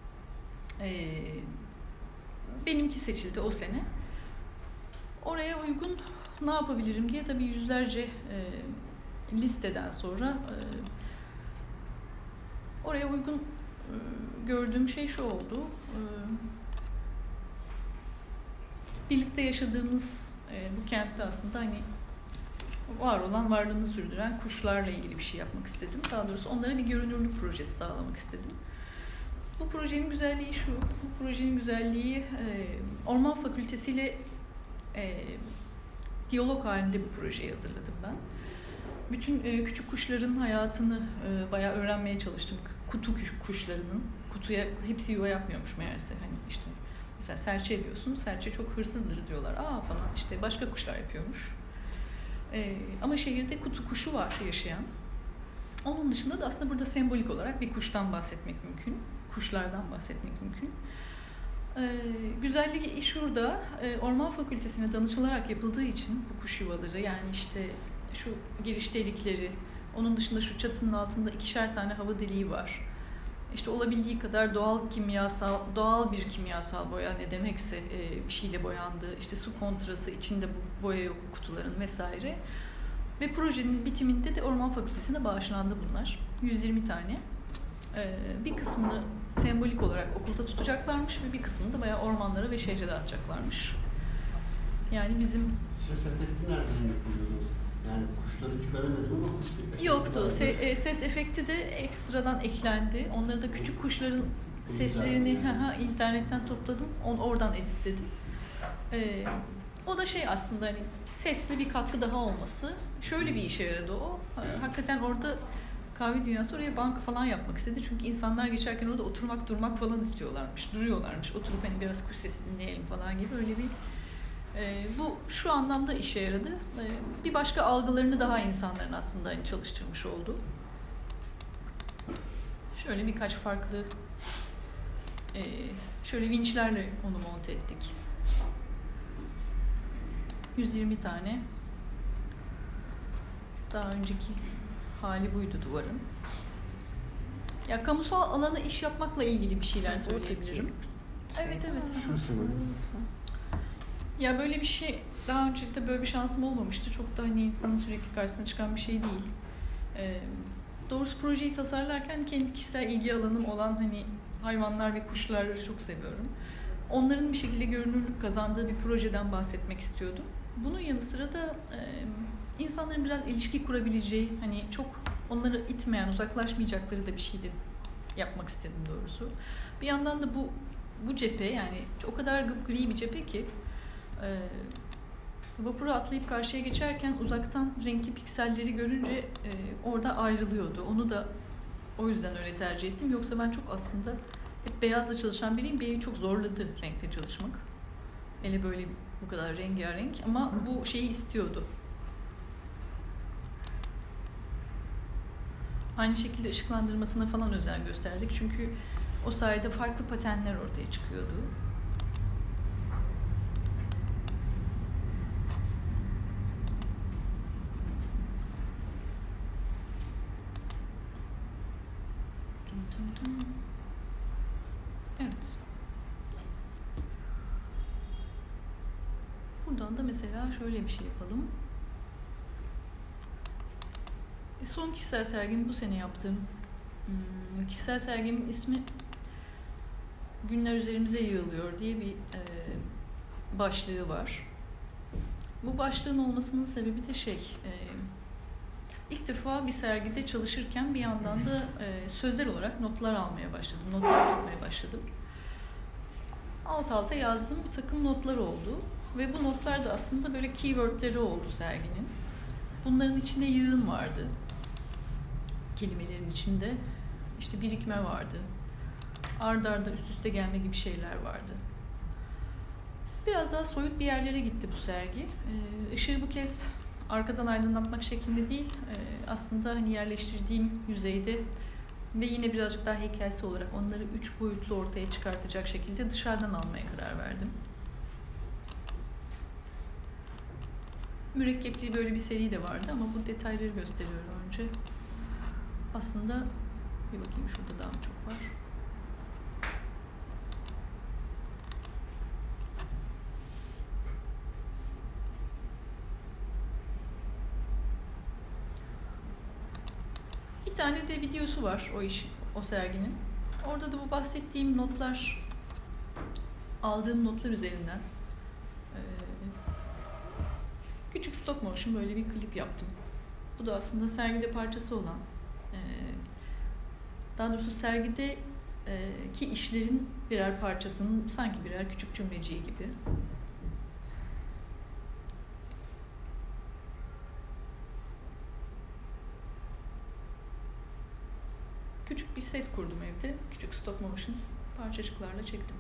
Benimki seçildi o sene. Oraya uygun ne yapabilirim diye tabii yüzlerce listeden sonra oraya uygun gördüğüm şey şu oldu. Birlikte yaşadığımız bu kentte aslında hani var olan, varlığını sürdüren kuşlarla ilgili bir şey yapmak istedim. Daha doğrusu onlara bir görünürlük projesi sağlamak istedim. Bu projenin güzelliği şu, bu projenin güzelliği Orman Fakültesi ile diyalog halinde bu projeyi hazırladım ben. Bütün küçük kuşların hayatını bayağı öğrenmeye çalıştım. Kutu kuşlarının, kutuya hepsi yuva yapmıyormuş meğerse. Hani işte mesela serçe diyorsun, serçe çok hırsızdır diyorlar. Aa falan işte başka kuşlar yapıyormuş. Ama şehirde kutu kuşu var yaşayan. Onun dışında da aslında burada sembolik olarak bir kuştan bahsetmek mümkün. Kuşlardan bahsetmek mümkün. Güzellik şurada, Orman Fakültesi'ne danışılarak yapıldığı için bu kuş yuvaları, yani işte şu giriş delikleri, onun dışında şu çatının altında 2'şer tane hava deliği var. İşte olabildiği kadar doğal bir kimyasal boya ne demekse bir şeyle boyandı. İşte su kontrası, içinde bu boya yok kutuların vesaire. Ve projenin bitiminde de Orman Fakültesi'ne bağışlandı bunlar. 120 tane. Bir kısmını sembolik olarak okulda tutacaklarmış ve bir kısmını da bayağı ormanlara ve şehre dağıtacaklarmış. Yani bizim... Ses efekti nereden yapılıyordu? Yani kuşları çıkaramadım ama kuş efekti yoktu. Ses efekti de ekstradan eklendi. Onları da küçük kuşların seslerini internetten topladım. Oradan editledim. O da şey aslında hani sesli bir katkı daha olması. Şöyle bir işe yaradı o. Hakikaten orada kahve dünyası oraya banka falan yapmak istedi. Çünkü insanlar geçerken orada oturmak, durmak falan istiyorlarmış. Duruyorlarmış. Oturup hani biraz kuş sesi dinleyelim falan gibi öyle bir bu şu anlamda işe yaradı. Bir başka algılarını daha insanların aslında hani çalıştırmış oldu. Şöyle birkaç farklı şöyle vinçlerle onu monte ettik. 120 tane. Daha önceki hali buydu duvarın. Ya kamusal alana iş yapmakla ilgili bir şeyler söyleyebilirim. Evet. Şurası böyle. Ya böyle bir şey, daha önce de böyle bir şansım olmamıştı. Çok da hani insanın sürekli karşısına çıkan bir şey değil. Doğrusu projeyi tasarlarken kendi kişisel ilgi alanım olan hani hayvanlar ve kuşları çok seviyorum. Onların bir şekilde görünürlük kazandığı bir projeden bahsetmek istiyordum. Bunun yanı sıra da insanların biraz ilişki kurabileceği, hani çok onları itmeyen, uzaklaşmayacakları da bir şey de yapmak istedim doğrusu. Bir yandan da bu cephe, yani o kadar gri bir cephe ki vapura atlayıp karşıya geçerken uzaktan renkli pikselleri görünce orada ayrılıyordu. Onu da o yüzden öyle tercih ettim. Yoksa ben çok aslında hep beyazla çalışan biriyim. Beni çok zorladı renkle çalışmak. Hele böyle bu kadar rengarenk ama bu şeyi istiyordu. Aynı şekilde ışıklandırmasına falan özen gösterdik. Çünkü o sayede farklı patenler ortaya çıkıyordu. Evet. Buradan da mesela şöyle bir şey yapalım. Son kişisel sergimi bu sene yaptım. Kişisel sergimin ismi Günler Üzerimize Yığılıyor diye bir başlığı var. Bu başlığın olmasının sebebi de ilk defa bir sergide çalışırken bir yandan da sözel olarak notlar almaya başladım. Notlar tutmaya başladım. Alt alta yazdığım bir takım notlar oldu. Ve bu notlar da aslında böyle keywordleri oldu serginin. Bunların içinde yığın vardı. Kelimelerin içinde işte birikme vardı. Arda arda üst üste gelme gibi şeyler vardı. Biraz daha soyut bir yerlere gitti bu sergi. Işığı bu kez arkadan aydınlatmak şeklinde değil, aslında hani yerleştirdiğim yüzeyde ve yine birazcık daha heykelsi olarak onları 3 boyutlu ortaya çıkartacak şekilde dışarıdan almaya karar verdim. Mürekkepli böyle bir seri de vardı ama bu detayları gösteriyorum önce. Aslında bir bakayım, şurada daha çok var. Bir tane de videosu var o serginin. Orada da bu bahsettiğim notlar, aldığım notlar üzerinden küçük stop motion böyle bir klip yaptım. Bu da aslında sergide parçası olan, daha doğrusu sergide ki işlerin birer parçasının sanki birer küçük cümleciği gibi. Küçük bir set kurdum evde. Küçük stop motion parçacıklarla çektim.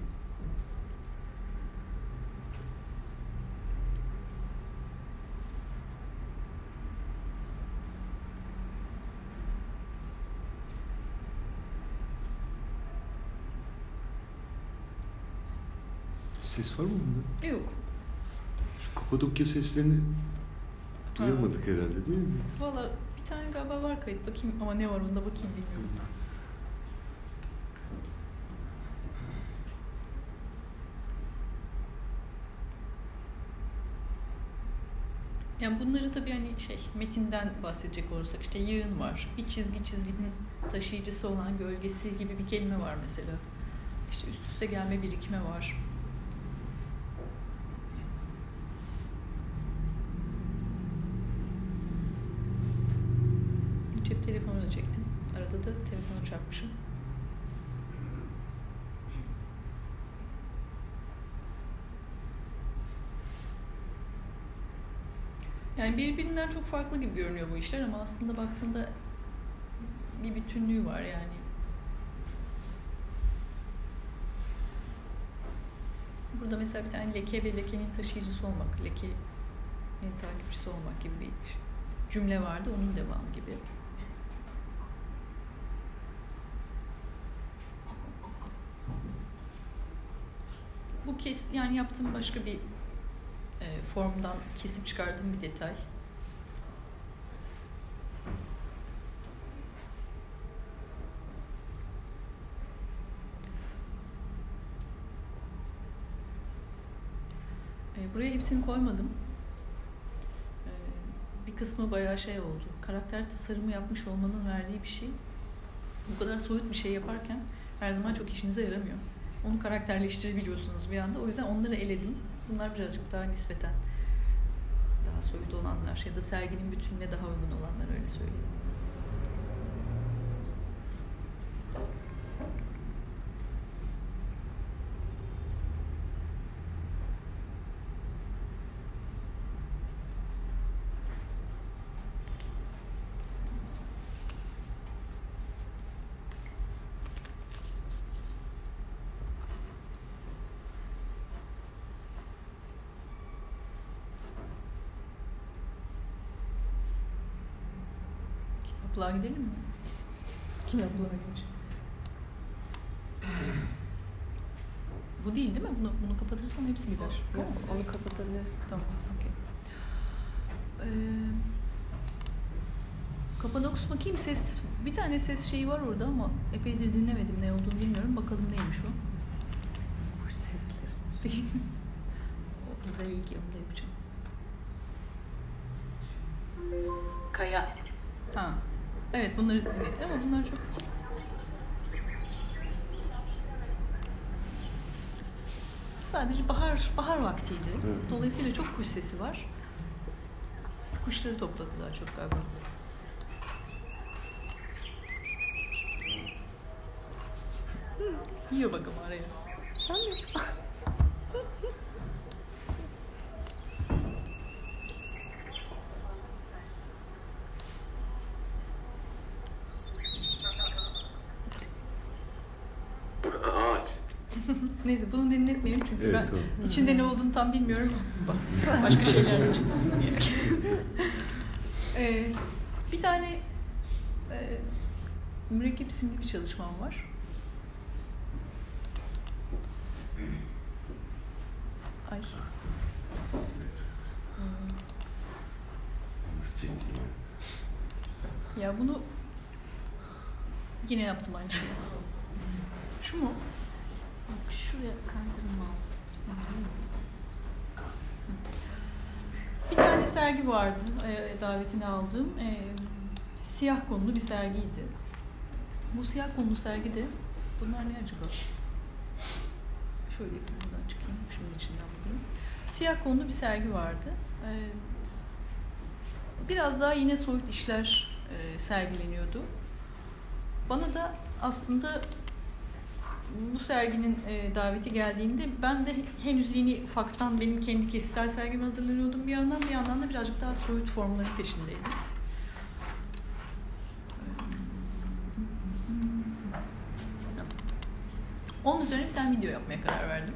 Ses var mı bunda? Yok. Şu Kapadokya seslerini duyamadık herhalde, değil mi? Valla bir tane galiba var kayıt. Bakayım ama ne var onda bakayım bilmiyorum. Yani bunları tabii hani metinden bahsedecek olursak işte yığın var. Bir çizginin taşıyıcısı olan gölgesi gibi bir kelime var mesela. İşte üst üste gelme birikme var. Cep telefonu da çektim. Arada da telefonu çarpmışım. Yani birbirinden çok farklı gibi görünüyor bu işler ama aslında baktığında bir bütünlüğü var yani. Burada mesela bir tane leke ve lekenin taşıyıcısı olmak, lekenin takipçisi olmak gibi bir cümle vardı, onun devamı gibi. Bu yani yaptığım başka bir formdan kesip çıkardığım bir detay. Buraya hepsini koymadım. Bir kısmı bayağı oldu. Karakter tasarımı yapmış olmanın verdiği bir şey. Bu kadar soyut bir şey yaparken her zaman çok işinize yaramıyor. Onu karakterleştirebiliyorsunuz bir anda. O yüzden onları eledim. Bunlar birazcık daha nispeten daha soyut olanlar ya da serginin bütününe daha uygun olanlar, öyle söyleyeyim. Kitaplığa gidelim mi? Kitaplığa geç. Bu değil mi? Bunu kapatırsam hepsi gider. Yok, onu kapatabiliriz. Tamam, okey. Kapadoks bakayım, bir tane ses şeyi var orada ama epeydir dinlemedim, ne olduğunu bilmiyorum. Bakalım neymiş o. Kuş sesleri. O güzel ilgi, onu da yapacağım. Kaya. Ha. Evet, bunları dinledim ama bunlar çok... Sadece bahar vaktiydi. Evet. Dolayısıyla çok kuş sesi var. Kuşları topladılar çok galiba. Yiyor bakalım araya. Sen mi? Ağaç. Neyse, bunu dinletmeyelim çünkü Evet, ben tamam. içinde ne olduğunu tam bilmiyorum. Başka şeylerle çıkmasın diye. Bir tane mürekkep isimli bir çalışmam var. Ay. çekti yani. Ya bunu yine yaptım aynı şeyi. Şu mu? Bak şuraya kaydırın mouse. Bir tane sergi vardı, davetini aldığım. Siyah konulu bir sergiydi. Bu siyah konulu sergide, bunlar ne acaba? Şöyle buradan çıkayım, şunun içinden bulayım. Siyah konulu bir sergi vardı. Biraz daha yine soyut işler sergileniyordu. Bana da aslında bu serginin daveti geldiğinde ben de henüz yeni ufaktan benim kendi kişisel sergimi hazırlanıyordum bir yandan da birazcık daha soyut formların peşindeydim. Onun üzerine bir tane video yapmaya karar verdim.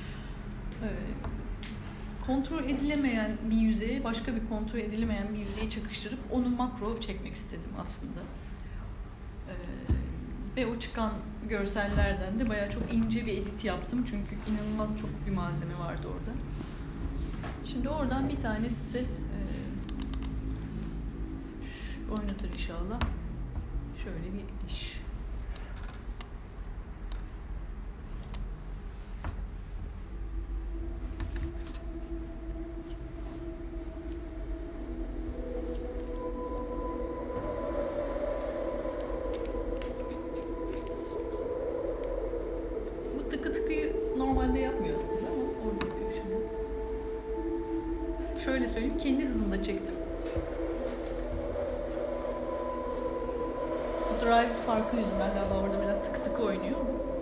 Kontrol edilemeyen bir yüzeye başka bir kontrol edilemeyen bir yüzeyi çakıştırıp onu makro çekmek istedim aslında. Ve o çıkan görsellerden de bayağı çok ince bir edit yaptım. Çünkü inanılmaz çok bir malzeme vardı orada. Şimdi oradan bir tane size oynatır inşallah. Şöyle bir iş. Normalde yapmıyor aslında ama orada yapıyor şimdi. Şöyle söyleyeyim, kendi hızında çektim. Drive farkı yüzünden galiba orada biraz tık tık oynuyor.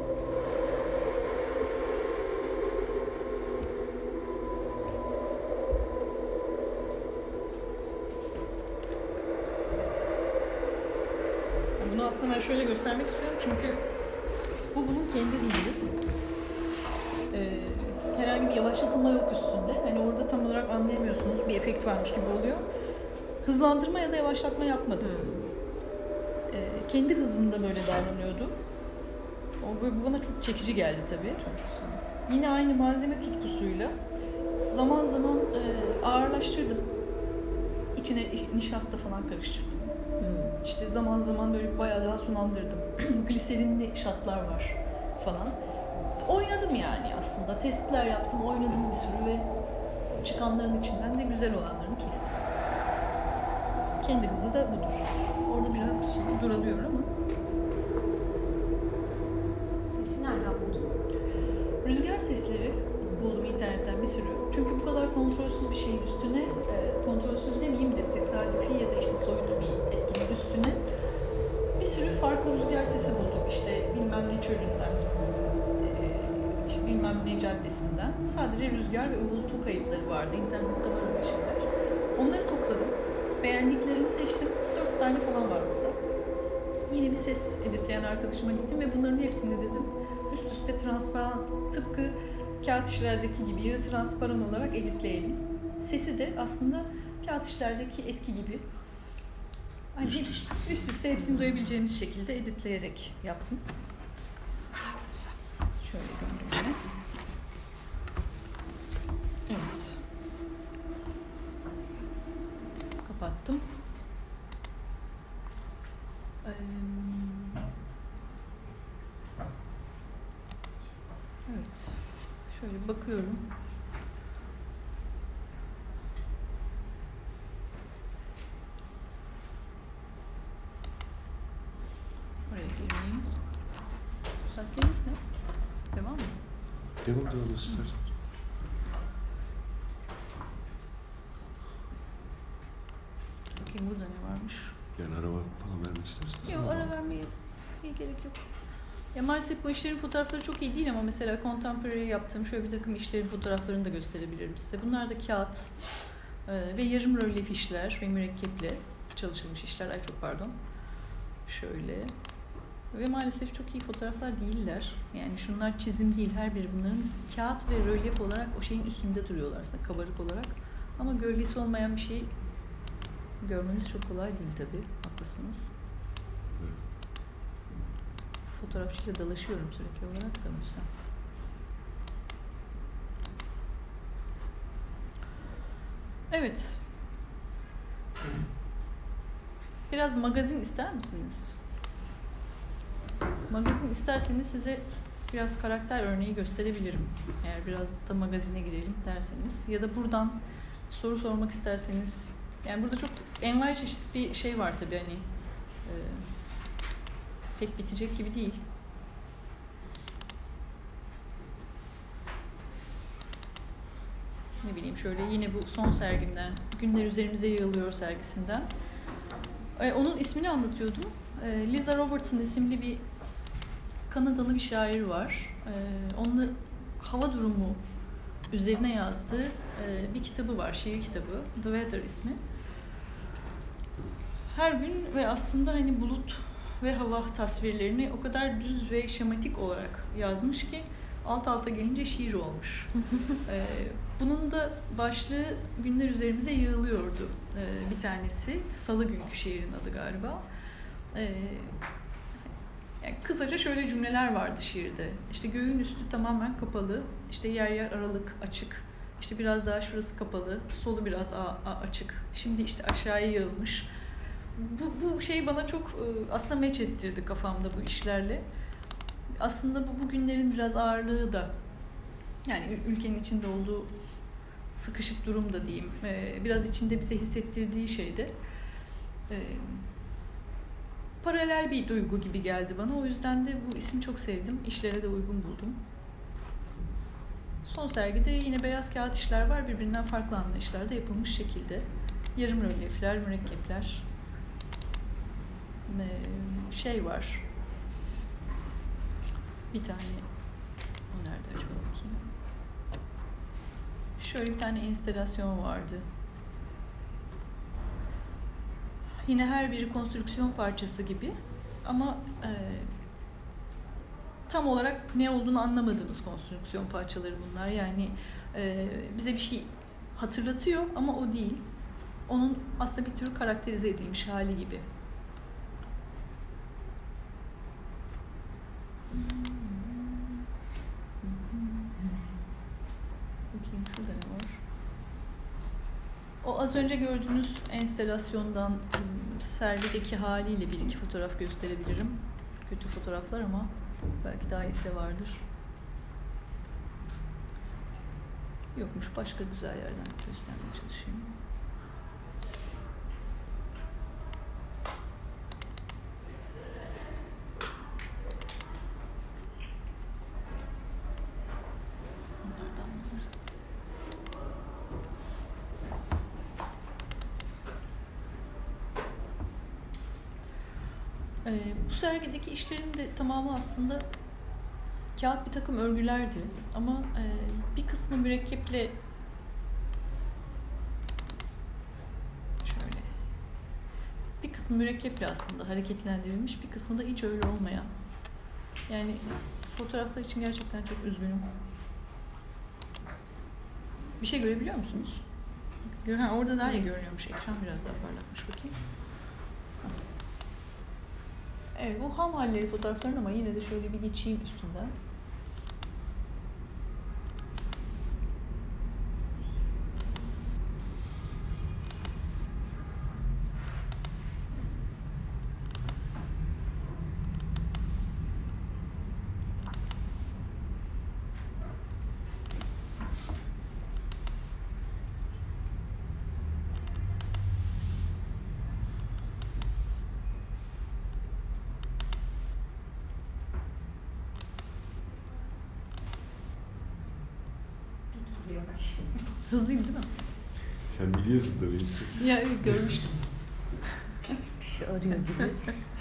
Bunu aslında ben şöyle göstermek istiyorum çünkü bu bunun kendi dili. Herhangi bir yavaşlatılma yok üstünde. Hani orada tam olarak anlayamıyorsunuz. Bir efekt varmış gibi oluyor. Hızlandırma ya da yavaşlatma yapmadım. Kendi hızında böyle davranıyordu. Bu bana çok çekici geldi tabii. Yine aynı malzeme tutkusuyla zaman zaman ağırlaştırdım. İçine nişasta falan karıştırdım. İşte zaman zaman böyle bayağı daha sulandırdım. Gliserinli şatlar var falan. Oynadım yani aslında. Testler yaptım, oynadım bir sürü ve çıkanların içinden de güzel olanlarını kestim. Kendi hızı da budur. Orada biraz duralıyor ama. Sesi nereden buldun? Rüzgar sesleri buldum internetten bir sürü. Çünkü bu kadar kontrolsüz bir şeyin üstüne, kontrolsüz demeyeyim de tesadüfi ya da işte soyut bir etkinin üstüne bir sürü farklı rüzgar sesi buldum. İşte bilmem ne çölünden, bilmem ne caddesinden. Sadece rüzgar ve uğultu kayıtları vardı. İnternette var öyle şeyler. Onları topladım. Beğendiklerimi seçtim. 4 tane falan var burada. Yine bir ses editleyen arkadaşıma gittim ve bunların hepsini dedim üst üste transparan, tıpkı kağıt işlerdeki gibi yarı transparan olarak editleyelim. Sesi de aslında kağıt işlerdeki etki gibi. Hani üst üste hepsini duyabileceğimiz şekilde editleyerek yaptım. Şöyle gönderiyorum. Evet. Kapattım. Evet. Şöyle bakıyorum. Oraya gireyim. Saatlerimiz ne? Devam mı? Devam istersen. Bakayım burada ne varmış. Yani araba falan vermek istersen. Yok, ara vermeye gerek yok. Ya maalesef bu işlerin fotoğrafları çok iyi değil ama mesela contemporary yaptığım şöyle bir takım işlerin fotoğraflarını da gösterebilirim size. Bunlar da kağıt ve yarım rölyef işler ve mürekkeple çalışılmış işler. Ay çok pardon. Şöyle. Ve maalesef çok iyi fotoğraflar değiller. Yani şunlar çizim değil, her biri bunların kağıt ve rölyef olarak o şeyin üstünde duruyorlar aslında, kabarık olarak. Ama gölgesi olmayan bir şey görmemiz çok kolay değil tabii, haklısınız. Evet. Fotoğrafçıyla dalaşıyorum sürekli olarak da o yüzden. Evet. Biraz magazin ister misiniz? Magazin isterseniz size biraz karakter örneği gösterebilirim. Eğer biraz da magazine girelim derseniz. Ya da buradan soru sormak isterseniz. Yani burada çok envai çeşit bir şey var tabii hani. Pek bitecek gibi değil. Ne bileyim şöyle yine bu son sergimden, Günler Üzerimize Yığılıyor sergisinden. Onun ismini anlatıyordum. Liza Robertson isimli bir Kanadalı bir şair var. Onun hava durumu üzerine yazdığı bir kitabı var, şiir kitabı. The Weather ismi. Her gün ve aslında hani bulut ve hava tasvirlerini o kadar düz ve şematik olarak yazmış ki alt alta gelince şiir olmuş. Bunun da başlığı Günler Üzerimize Yığılıyordu bir tanesi. Salı günkü şiirin adı galiba. Yani kısaca şöyle cümleler vardı şiirde. İşte göğün üstü tamamen kapalı, işte yer yer aralık açık, işte biraz daha şurası kapalı, solu biraz açık. Şimdi işte aşağıya yığılmış. Bu şey bana çok aslında meç ettirdi kafamda bu işlerle. Aslında bu günlerin biraz ağırlığı da, yani ülkenin içinde olduğu sıkışık durum da diyeyim, biraz içinde bize hissettirdiği şey de paralel bir duygu gibi geldi bana. O yüzden de bu ismi çok sevdim. İşlere de uygun buldum. Son sergide yine beyaz kağıt işler var. Birbirinden farklı anlayışlarda yapılmış şekilde. Yarım rölyefler, mürekkepler. Şey var. Bir tane. O nerede acaba bakayım. Şöyle bir tane enstalasyon vardı. Yine her biri konstrüksiyon parçası gibi ama tam olarak ne olduğunu anlamadığımız konstrüksiyon parçaları bunlar. Yani bize bir şey hatırlatıyor ama o değil. Onun aslında bir tür karakterize edilmiş hali gibi. Bakayım şurada ne var? O az önce gördüğünüz enstalasyondan sergideki haliyle bir iki fotoğraf gösterebilirim. Kötü fotoğraflar ama belki daha iyisi de vardır. Yokmuş, başka güzel yerden göstermeye çalışayım. Bu sergideki işlerin de tamamı aslında kağıt bir takım örgülerdi ama bir kısmı mürekkeple şöyle bir kısmı mürekkeple aslında hareketlendirilmiş, bir kısmı da hiç öyle olmayan. Yani fotoğraflar için gerçekten çok üzgünüm. Bir şey görebiliyor musunuz? Orada daha iyi görünüyormuş. Ekran biraz daha parlatmış, bakayım. Evet, bu ham halleri fotoğrafların ama yine de şöyle bir geçeyim üstünden. Hızlıyım değil mi? Sen biliyorsun tabii. Ya görmüştüm. Bir şey arıyor gibi.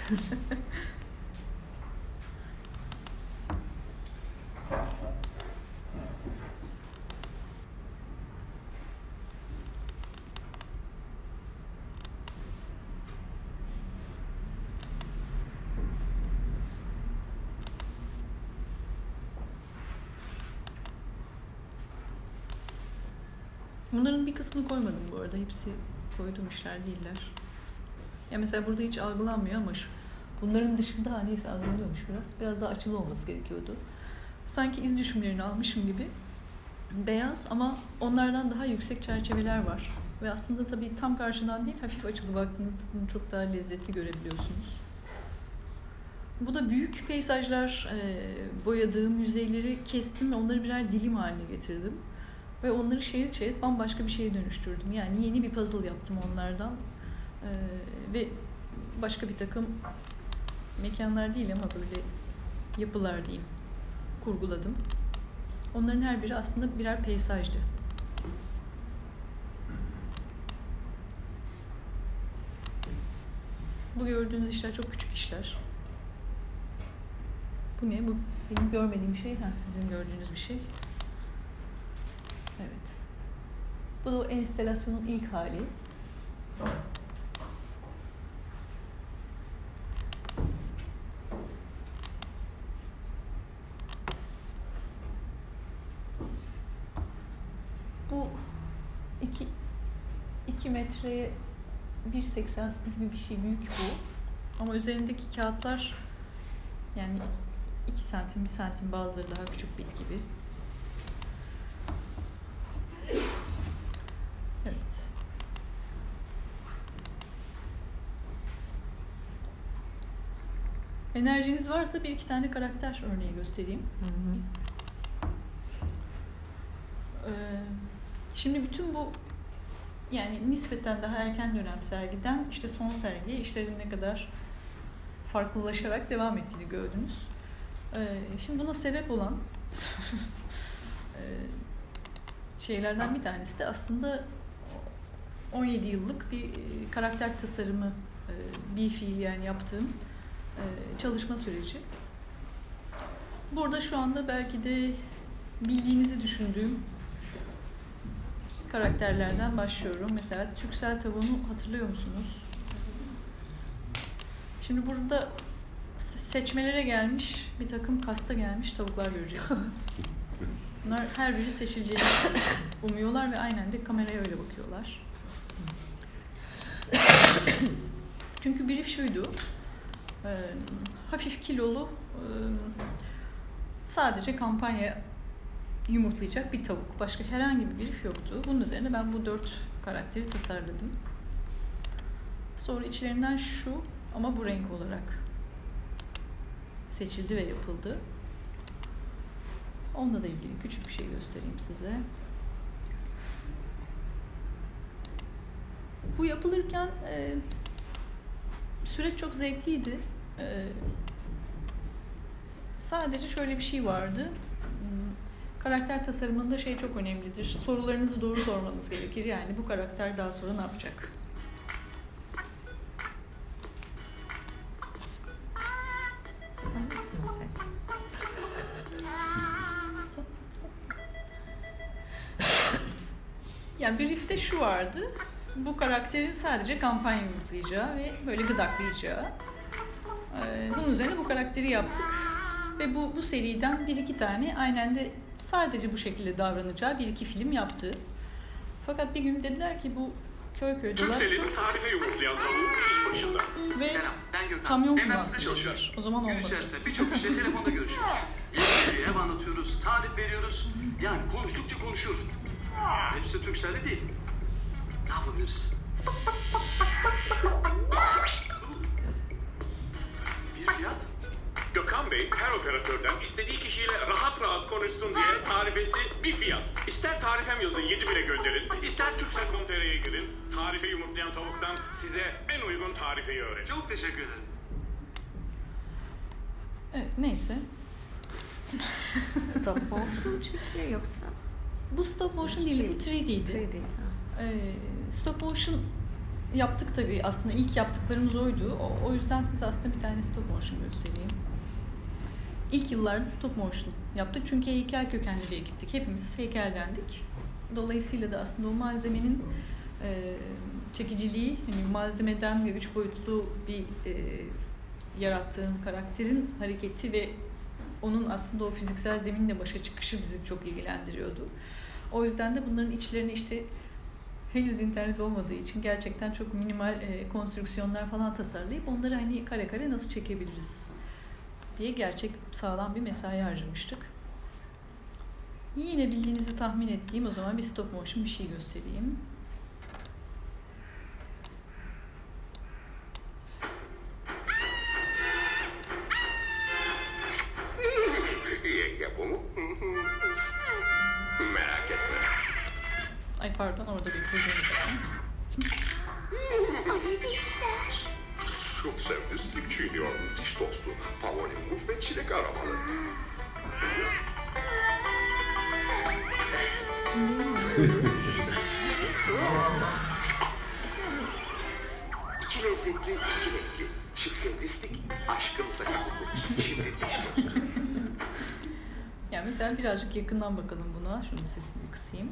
Bunların bir kısmını koymadım bu arada. Hepsi koyduğum işler değiller. Ya mesela burada hiç algılanmıyor ama bunların dışında neyse algılanıyormuş biraz. Biraz daha açılı olması gerekiyordu. Sanki iz düşümlerini almışım gibi. Beyaz ama onlardan daha yüksek çerçeveler var. Ve aslında tabii tam karşıdan değil, hafif açılı baktığınızda bunu çok daha lezzetli görebiliyorsunuz. Bu da büyük peyzajlar boyadığım yüzeyleri kestim ve onları birer dilim haline getirdim. Ve onları şerit şerit bambaşka bir şeye dönüştürdüm. Yani yeni bir puzzle yaptım onlardan. Ve başka bir takım mekanlar değil ama böyle yapılar diyeyim, kurguladım. Onların her biri aslında birer peyzajdı. Bu gördüğünüz işler çok küçük işler. Bu ne? Bu benim görmediğim şey. Sizin gördüğünüz bir şey. Evet. Bu da o enstalasyonun ilk hali. Bu 2 metreye 1.80 gibi bir şey, büyük bu. Ama üzerindeki kağıtlar yani 2 santim, 1 santim, bazıları daha küçük bit gibi. Evet. Enerjiniz varsa 1-2 tane karakter örneği göstereyim. Şimdi bütün bu yani nispeten daha erken dönem sergiden işte son sergi işlerin ne kadar farklılaşarak devam ettiğini gördünüz. Şimdi buna sebep olan şeylerden bir tanesi de aslında 17 yıllık bir karakter tasarımı bir fiil yani yaptığım çalışma süreci. Burada şu anda belki de bildiğinizi düşündüğüm karakterlerden başlıyorum. Mesela Türksel tavuğunu hatırlıyor musunuz? Şimdi burada seçmelere gelmiş, bir takım kasta gelmiş tavuklar göreceksiniz. Bunlar her biri seçileceğini umuyorlar ve aynen de kameraya öyle bakıyorlar. Çünkü brief şuydu, hafif kilolu, sadece kampanya yumurtlayacak bir tavuk. Başka herhangi bir brief yoktu. Bunun üzerine ben bu 4 karakteri tasarladım. Sonra içlerinden şu ama bu renk olarak seçildi ve yapıldı. Onunla da ilgili küçük bir şey göstereyim size. Bu yapılırken süreç çok zevkliydi. Sadece şöyle bir şey vardı. Karakter tasarımında şey çok önemlidir. Sorularınızı doğru sormanız gerekir. Yani bu karakter daha sonra ne yapacak? Yani brief'te şu vardı. Bu karakterin sadece kampanya yumurtlayacağı ve böyle gıdaklayacağı. Bunun üzerine bu karakteri yaptık. Ve bu seriden 1-2 tane aynen de sadece bu şekilde davranacağı 1-2 film yaptı. Fakat bir gün dediler ki bu köy dolaşsın. Türksel'in tarife yumurtlayan tavuğu iş başında. Ve Selam, ben Gökhan. kamyon Emrah'ta çalışıyor. kullanıyor. O zaman Gün olmadı. içerisinde birçok kişiyle telefonda görüşüyoruz. Ev anlatıyoruz, tarif veriyoruz. Yani konuştukça konuşuyoruz. Hepsi Türkcell'de değil. Ne yapabiliriz? Bir fiyat. Gökhan Bey her operatörden istediği kişiyle rahat rahat konuşsun diye tarifesi bir fiyat. İster tarifem yazın 7.000'e gönderin, ister Türksel.com.tr'ye girin. Tarife yumurtlayan tavuktan size en uygun tarifeyi öğretin. Çok teşekkür ederim. Evet, neyse. Stop motion mu çekiyor yoksa? Bu stop motion değil, bu 3D'ydi. 3D. Stop motion yaptık tabii. Aslında ilk yaptıklarımız oydu. O yüzden size aslında bir tane stop motion göstereyim. İlk yıllarda stop motion yaptık. Çünkü heykel kökenli bir ekiptik. Hepimiz heykeldendik. Dolayısıyla da aslında o malzemenin çekiciliği, hani malzemeden ve 3 boyutlu bir yarattığın karakterin hareketi ve onun aslında o fiziksel zeminle başa çıkışı bizi çok ilgilendiriyordu. O yüzden de bunların içlerini işte henüz internet olmadığı için gerçekten çok minimal konstrüksiyonlar falan tasarlayıp onları hani kare kare nasıl çekebiliriz diye gerçek sağlam bir mesai harcamıştık. Yine bildiğinizi tahmin ettiğim o zaman bir stop motion bir şey göstereyim. Merak etme. Ay pardon, orada bir kurduğum Çok sevdi Steve Junior'un diş dostu. Pavoni muz ve çilek aromalı. İki lezzetli, iki renkli. Şık sevdistik, aşkın sakızı bu. Şimdi diş dostu. Yani mesela birazcık yakından bakalım buna. Şunun sesini bir kısayım.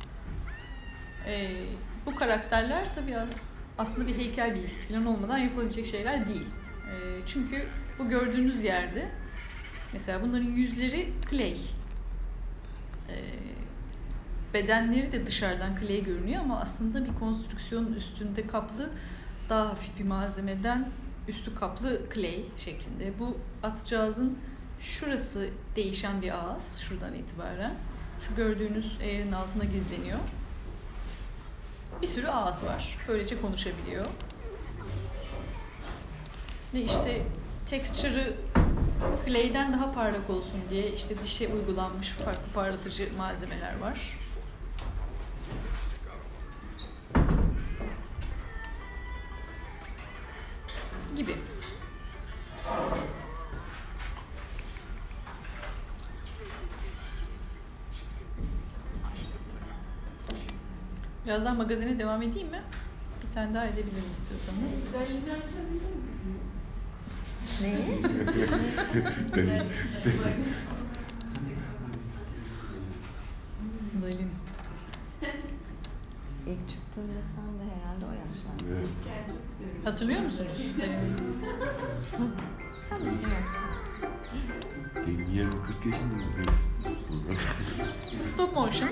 Bu karakterler tabii aslında bir heykel bilgisi falan olmadan yapılabilecek şeyler değil. Çünkü bu gördüğünüz yerde mesela bunların yüzleri clay. Bedenleri de dışarıdan clay görünüyor ama aslında bir konstrüksiyonun üstünde kaplı daha hafif bir malzemeden üstü kaplı clay şeklinde. Bu atcağızın şurası değişen bir ağız şuradan itibaren. Şu gördüğünüz eğerin altına gizleniyor. Bir sürü ağız var. Böylece konuşabiliyor. Ve işte texture'ı clay'den daha parlak olsun diye işte dişe uygulanmış farklı parlatıcı malzemeler var. Gibi. Birazdan magazine devam edeyim mi? Bir tane daha edebilirim istiyorsanız. Neyi? Dalin. İlk çıktığında sen de herhalde o yaşlarda. Evet. Hatırlıyor musunuz? Sen misin yoksa? Benim yeğenim 40 yaşında mı? Stop motion.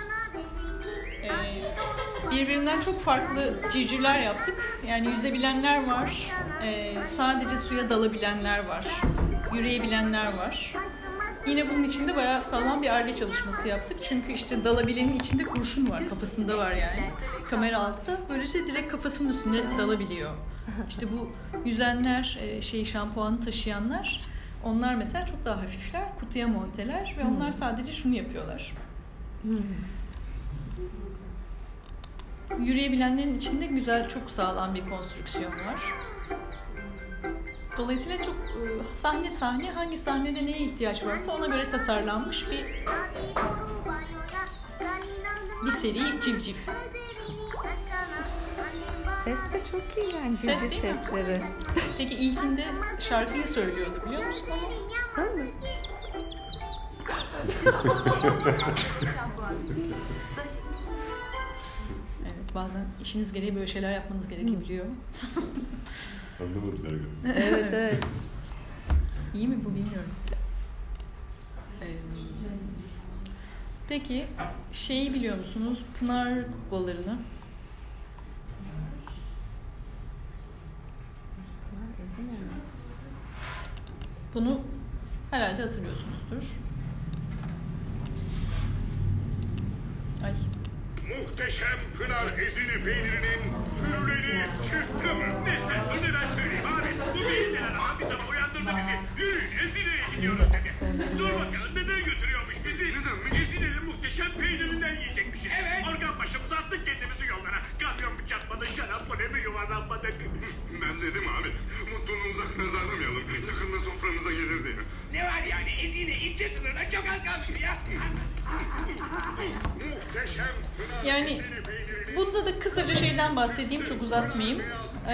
Birbirinden çok farklı civcivler yaptık. Yani yüzebilenler var, sadece suya dalabilenler var, yürüyebilenler var. Yine bunun içinde bayağı sağlam bir Ar-Ge çalışması yaptık. Çünkü işte dalabilenin içinde kurşun var, kafasında var yani. Kamera altta, böylece direkt kafasının üstüne dalabiliyor. İşte bu yüzenler, şampuanı taşıyanlar, onlar mesela çok daha hafifler, kutuya monteler ve onlar sadece şunu yapıyorlar. Yürüyebilenlerin içinde güzel, çok sağlam bir konstrüksiyon var. Dolayısıyla çok sahne hangi sahnede neye ihtiyaç varsa ona göre tasarlanmış bir seri civciv. Ses de çok iyi yani, Ses civciv değil mi? sesleri. Peki ilkinde şarkıyı söylüyordu biliyor musun? Sen mi? Evet, bazen işiniz gereği böyle şeyler yapmanız gerekebiliyor. Anlamadım galiba. Evet. İyi mi bu bilmiyorum. Peki şeyi biliyor musunuz? Pınar kuklalarını. Bunu herhalde hatırlıyorsunuzdur. Ay. Muhteşem Pınar Ezine peynirinin sürüleri çıktı mı? Ne sen ne ben söyleyeyim abi. Bu beğenilen adam bize uyandırdı bizi. Yürüyün Ezine'ye gidiyoruz dedi. Sor bakalım neden götürüyormuş bizi? Nedenmiş? Ezine'nin muhteşem peynirinden yiyecekmişiz. Evet. Organ başımıza attık kendimizi yollara. Kamyon mu çarpmadı, şarampole mi yuvarlanmadı? Ben dedim abi. Mutluluğu uzaklarda aramayalım. Yakında soframıza gelir diye. Ne var yani? Ezine ilçe sınırına çok az kalmış ya. Muhteşem Pınar Yani Ezine peynirinin bunda da kısaca şeyden bahsedeyim, çok uzatmayayım.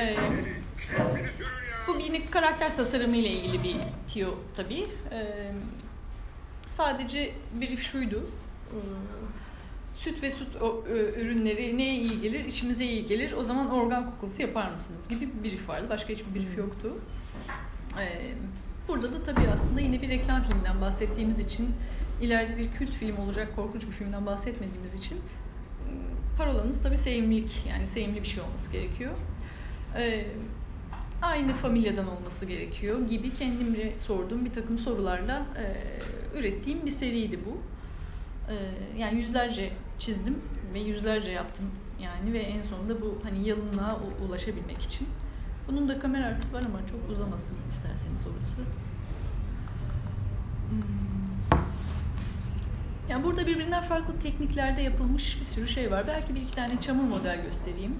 Bu bir karakter tasarımı ile ilgili bir tiyo tabii. Sadece brief şuydu. Süt ve süt ürünleri neye iyi gelir? İçimize iyi gelir. O zaman organ kuklası yapar mısınız? Gibi bir brief vardı. Başka hiçbir brief yoktu. Burada da tabii aslında yine bir reklam filminden bahsettiğimiz için, ileride bir kült film olacak korkunç bir filmden bahsetmediğimiz için parolanız tabii sevimlilik, yani sevimli bir şey olması gerekiyor. Aynı familyadan olması gerekiyor gibi kendimce sorduğum bir takım sorularla ürettiğim bir seriydi bu. Yani yüzlerce çizdim ve yüzlerce yaptım yani ve en sonunda bu hani yalınlığa ulaşabilmek için. Bunun da kamera arkası var ama çok uzamasın isterseniz orası. Yani burada birbirinden farklı tekniklerde yapılmış bir sürü şey var. Belki bir iki tane çamur model göstereyim.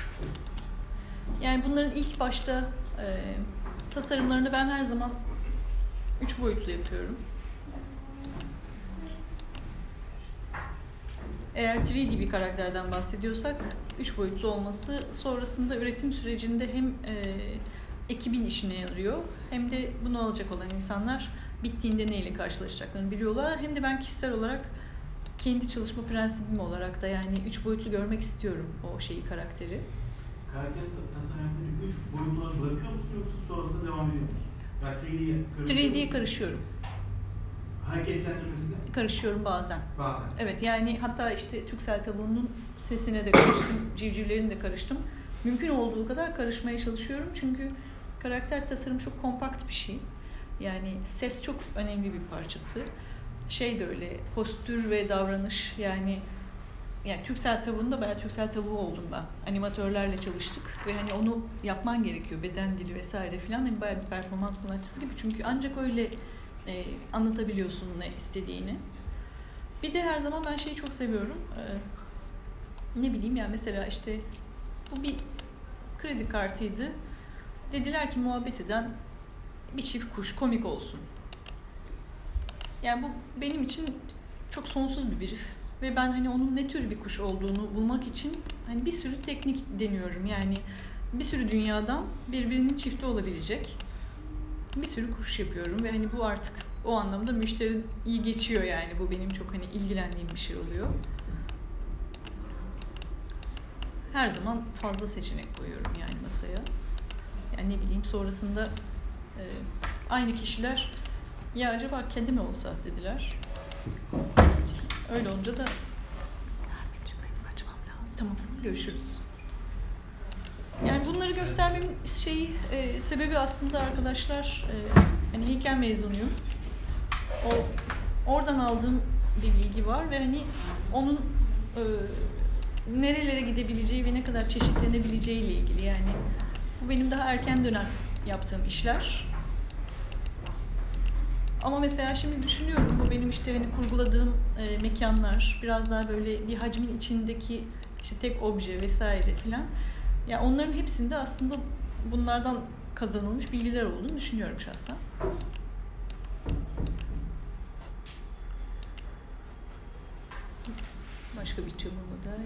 Yani bunların ilk başta tasarımlarını ben her zaman 3 boyutlu yapıyorum. Eğer 3D bir karakterden bahsediyorsak 3 boyutlu olması sonrasında üretim sürecinde hem ekibin işine yarıyor hem de bunu alacak olan insanlar bittiğinde neyle karşılaşacaklarını biliyorlar. Hem de ben kişisel olarak kendi çalışma prensibim olarak da yani 3 boyutlu görmek istiyorum o karakteri. Karakter tasarım yapınca 3 boyutlu olarak bırakıyor musun yoksa sonrasında devam ediyor musun? Yani 3D'ye karışıyorum. Hareketlendirmesine? Karışıyorum bazen. Bazen. Evet yani hatta işte Türksel tavuğunun sesine de karıştım, civcivlerine de karıştım. Mümkün olduğu kadar karışmaya çalışıyorum çünkü karakter tasarım çok kompakt bir şey. Yani ses çok önemli bir parçası. De öyle, postür ve davranış yani Türksel tavuğunda bayağı Türksel tavuğu oldum ben. Animatörlerle çalıştık ve hani onu yapman gerekiyor. Beden dili vesaire filan. Hani bayağı bir performans sanatçısı gibi. Çünkü ancak öyle anlatabiliyorsun ne istediğini. Bir de her zaman ben şeyi çok seviyorum. Ne bileyim yani mesela işte bu bir kredi kartıydı. Dediler ki muhabbet eden bir çift kuş komik olsun. Yani bu benim için çok sonsuz bir brief. Ve ben hani onun ne tür bir kuş olduğunu bulmak için hani bir sürü teknik deniyorum. Yani bir sürü dünyadan birbirinin çifti olabilecek bir sürü kuş yapıyorum ve hani bu artık o anlamda müşteri iyi geçiyor yani. Bu benim çok hani ilgilendiğim bir şey oluyor. Her zaman fazla seçenek koyuyorum yani masaya. Yani ne bileyim sonrasında aynı kişiler ya acaba kedi mi olsa dediler. Öyle olunca da tamam görüşürüz. Yani bunları göstermemin sebebi aslında arkadaşlar hani heykel mezunuyum. Oradan aldığım bir bilgi var ve hani onun nerelere gidebileceği ve ne kadar çeşitlenebileceği ile ilgili yani bu benim daha erken dönem yaptığım işler. Ama mesela şimdi düşünüyorum bu benim işte hani kurguladığım mekanlar biraz daha böyle bir hacmin içindeki işte tek obje vesaire filan. Yani onların hepsinde aslında bunlardan kazanılmış bilgiler olduğunu düşünüyorum şahsen. Başka bir çamur model.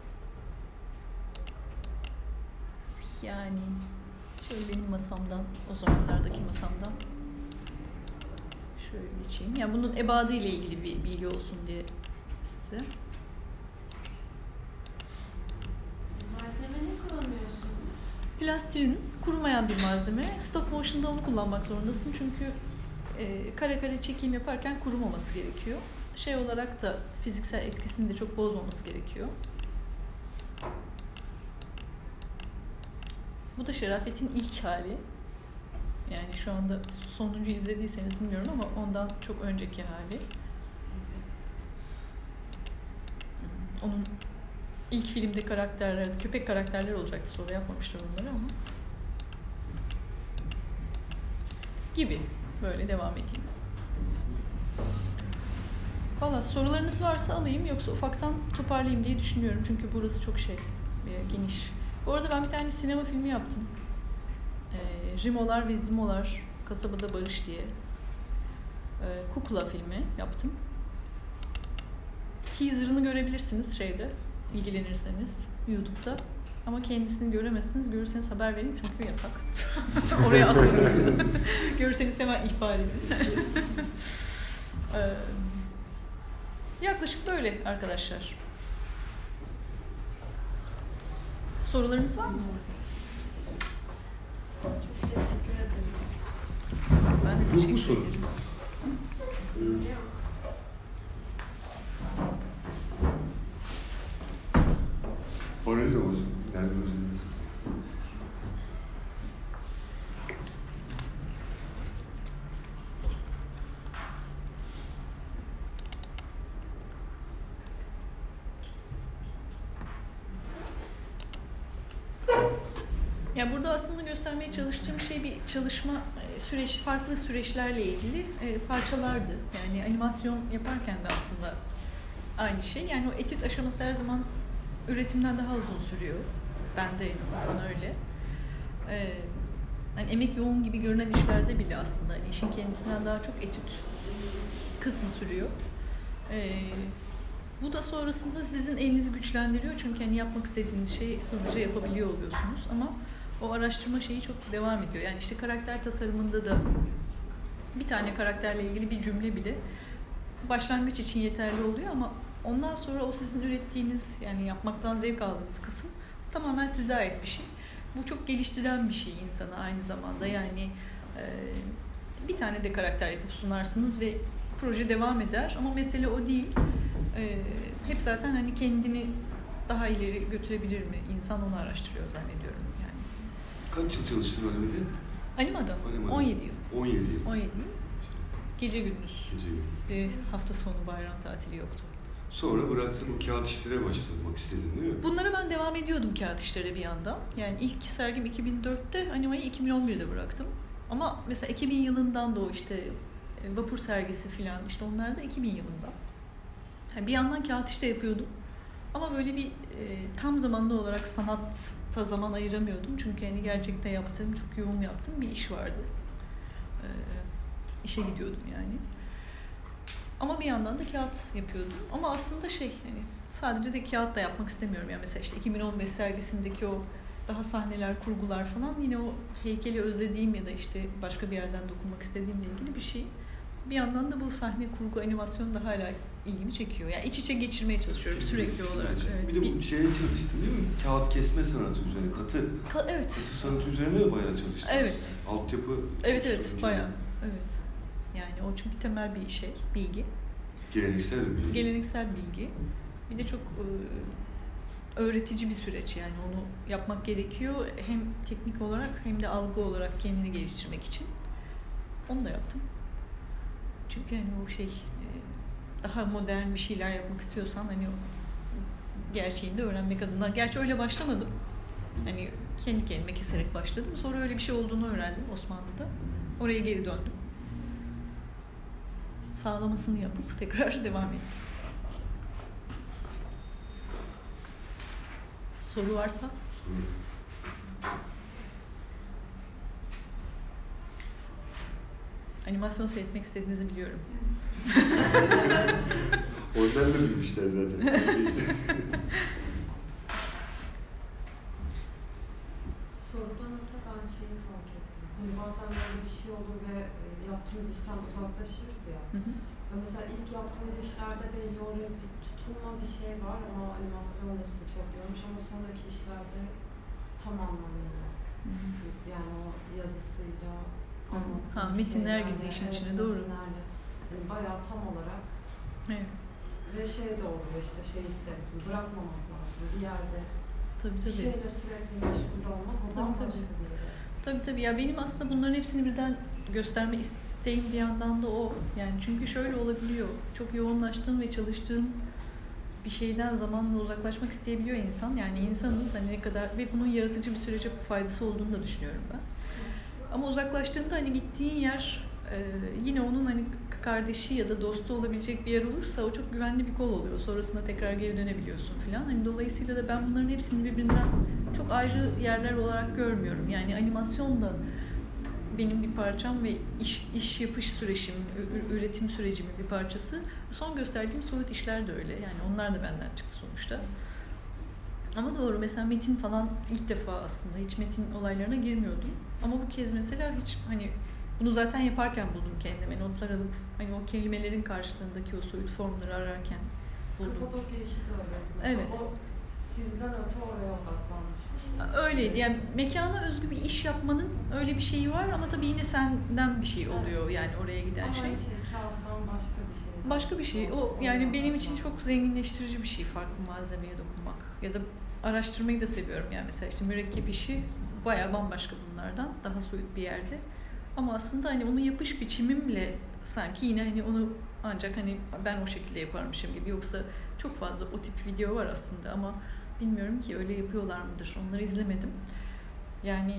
Yani şöyle benim masamdan, o zamanlardaki masamdan şöyle geçeyim. Yani bunun ebadı ile ilgili bir bilgi olsun diye size. Malzeme ne kullanıyorsun? Plastilin kurumayan bir malzeme. Stop motion'da onu kullanmak zorundasın çünkü kare kare çekim yaparken kurumaması gerekiyor. Olarak da fiziksel etkisini de çok bozmaması gerekiyor. Bu da Şerafet'in ilk hali. Yani şu anda sonuncu izlediyseniz bilmiyorum ama ondan çok önceki hali. Onun ilk filmde köpek karakterler olacaktı. Sonra yapmamışlar onları ama. Gibi. Böyle devam edeyim. Valla sorularınız varsa alayım yoksa ufaktan toparlayayım diye düşünüyorum. Çünkü burası çok geniş. Bu arada ben bir tane sinema filmi yaptım. Rimolar ve Zimolar, Kasabada Barış diye. Kukla filmi yaptım. Teaser'ını görebilirsiniz ilgilenirseniz YouTube'da. Ama kendisini göremezsiniz. Görürseniz haber verin çünkü yasak. Oraya atlıyorum. Görürseniz hemen ihbar edin. Yaklaşık böyle arkadaşlar. Sorularınız var mı? Çok teşekkür ederim. Ben de teşekkür ederim. O nedir hocam? Yani Ya burada aslında göstermeye çalıştığım şey bir çalışma farklı süreçlerle ilgili parçalardı. Yani animasyon yaparken de aslında aynı şey. Yani o etüt aşaması her zaman üretimden daha uzun sürüyor. Bende en azından öyle. Yani emek yoğun gibi görünen işlerde bile aslında hani işin kendisinden daha çok etüt kısmı sürüyor. Bu da sonrasında sizin elinizi güçlendiriyor çünkü hani yapmak istediğiniz şeyi hızlıca yapabiliyor oluyorsunuz ama o araştırma şeyi çok devam ediyor. Yani işte karakter tasarımında da bir tane karakterle ilgili bir cümle bile başlangıç için yeterli oluyor ama ondan sonra o sizin ürettiğiniz yani yapmaktan zevk aldığınız kısım tamamen size ait bir şey. Bu çok geliştiren bir şey insana aynı zamanda yani bir tane de karakter yapıp sunarsınız ve proje devam eder ama mesele o değil. Hep zaten hani kendini daha ileri götürebilir mi? İnsan onu araştırıyor zannediyorum yani. Kaç yıl çalıştın Anima'da? Anima'da? 17 yıl. 17 yıl. 17 yıl. Gece gündüz. Gece gündüz. Hafta sonu bayram tatili yoktu. Sonra bıraktın o kağıt işlere başlamak istedin değil mi? Bunlara ben devam ediyordum kağıt işlere bir yandan. Yani ilk sergim 2004'te, Anima'yı 2011'de bıraktım. Ama mesela 2000 yılından da o işte vapur sergisi falan işte onlar da 2000 yılında. Yani bir yandan kağıt işte yapıyordum. Ama böyle bir tam zamanlı olarak sanatta zaman ayıramıyordum. Çünkü hani gerçekten yaptığım, çok yoğun yaptığım bir iş vardı. İşe gidiyordum yani. Ama bir yandan da kağıt yapıyordum. Ama aslında hani sadece de kağıt da yapmak istemiyorum. Yani mesela işte 2015 sergisindeki o daha sahneler, kurgular falan yine o heykeli özlediğim ya da işte başka bir yerden dokunmak istediğimle ilgili bir şey. Bir yandan da bu sahne, kurgu, animasyon da hala ilgimi çekiyor. Yani iç içe geçirmeye çalışıyorum sürekli olarak. Evet. Bir de bu şeye çalıştın değil mi? Kağıt kesme sanatı üzerine, evet. Katı sanatı üzerine de bayağı çalıştınız. Evet. Altyapı. Evet, bayağı. Evet. Yani o çünkü temel bir şey, bilgi. Geleneksel bir bilgi. Geleneksel bilgi. Bir de çok öğretici bir süreç yani onu yapmak gerekiyor. Hem teknik olarak hem de algı olarak kendini geliştirmek için. Onu da yaptım. Çünkü hani o daha modern bir şeyler yapmak istiyorsan hani o gerçeğini de öğrenmek adına. Gerçi öyle başlamadım. Hani kendi kendime keserek başladım. Sonra öyle bir şey olduğunu öğrendim Osmanlı'da. Oraya geri döndüm. Sağlamasını yapıp tekrar devam ettim. Soru varsa? Animasyon seyretmek istediğinizi biliyorum. Oradan da büyümüşler zaten. Sorudan öte ben şeyi fark ettim. Hani bazen böyle bir şey olur ve yaptığımız işten uzaklaşırız ya. Ve mesela ilk yaptığımız işlerde belli oraya bir tutunma bir şey var ama animasyon da sizi çok yormuş ama sonraki işlerde tam anlamıyla siz yani o yazısıyla anlattığınız metinler girdi işin içine doğru. Metinlerle yani bayağı tam olarak ve şey de oluyor işte hissettim bırakmamak lazım bir yerde bir şeyle sürekli meşgul olmak o bambaşka bir yere. Tabii ya benim aslında bunların hepsini birden gösterme isteğim bir yandan da o. Yani çünkü şöyle olabiliyor. Çok yoğunlaştığın ve çalıştığın bir şeyden zamanla uzaklaşmak isteyebiliyor insan. Yani insanız hani ne kadar ve bunun yaratıcı bir sürece faydası olduğunu da düşünüyorum ben. Ama uzaklaştığında hani gittiğin yer yine onun hani kardeşi ya da dostu olabilecek bir yer olursa o çok güvenli bir kol oluyor. Sonrasında tekrar geri dönebiliyorsun falan. Hani dolayısıyla da ben bunların hepsini birbirinden çok ayrı yerler olarak görmüyorum. Yani animasyon da benim bir parçam ve iş yapış sürecim, üretim sürecimin bir parçası. Son gösterdiğim soyut işler de öyle. Yani onlar da benden çıktı sonuçta. Ama doğru mesela metin falan ilk defa aslında hiç metin olaylarına girmiyordum. Ama bu kez mesela hiç hani bunu zaten yaparken buldum kendime. Notlar alıp hani o kelimelerin karşılığındaki o soyut formları ararken buldum. Kapadokya işi de öyleydi. Mesela evet. O sizden öte oraya odaklanmış bir şey. Öyleydi. Yani mekana özgü bir iş yapmanın öyle bir şeyi var ama tabii yine senden bir şey oluyor yani oraya giden ama şey. Ama kağıttan başka bir şey. Başka bir şey. O yani benim için çok zenginleştirici bir şey farklı malzemeye dokunmak. Ya da araştırmayı da seviyorum yani mesela işte mürekkep işi bayağı bambaşka bunlardan. Daha soyut bir yerde. Ama aslında hani onu yapış biçimimle sanki yine hani onu ancak hani ben o şekilde yaparmışım gibi. Yoksa çok fazla o tip video var aslında ama bilmiyorum ki öyle yapıyorlar mıdır. Onları izlemedim. Yani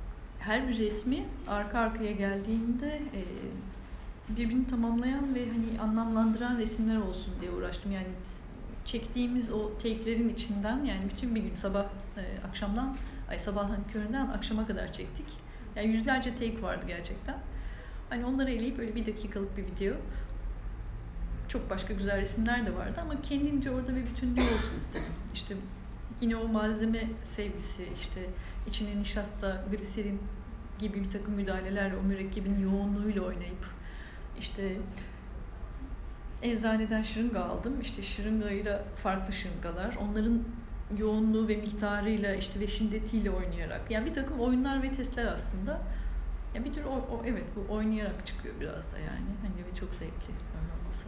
her bir resmi arka arkaya geldiğinde birbirini tamamlayan ve hani anlamlandıran resimler olsun diye uğraştım. Yani çektiğimiz o take'lerin içinden yani bütün bir gün sabahın köründen akşama kadar çektik. Yani yüzlerce take vardı gerçekten. Hani onları eleyip böyle 1 dakikalık bir video. Çok başka güzel resimler de vardı ama kendimce orada bir bütünlüğü olsun istedim. İşte yine o malzeme sevgisi, işte içine nişasta, gliserin gibi bir takım müdahalelerle o mürekkebin yoğunluğuyla oynayıp işte eczaneden şırınga aldım. İşte şırıngayla farklı şırıngalar, onların yoğunluğu ve miktarıyla işte ve şiddetiyle oynayarak. Yani bir takım oyunlar ve testler aslında. Yani bir tür evet bu oynayarak çıkıyor biraz da yani. Hani ve çok zevkli öyle olması.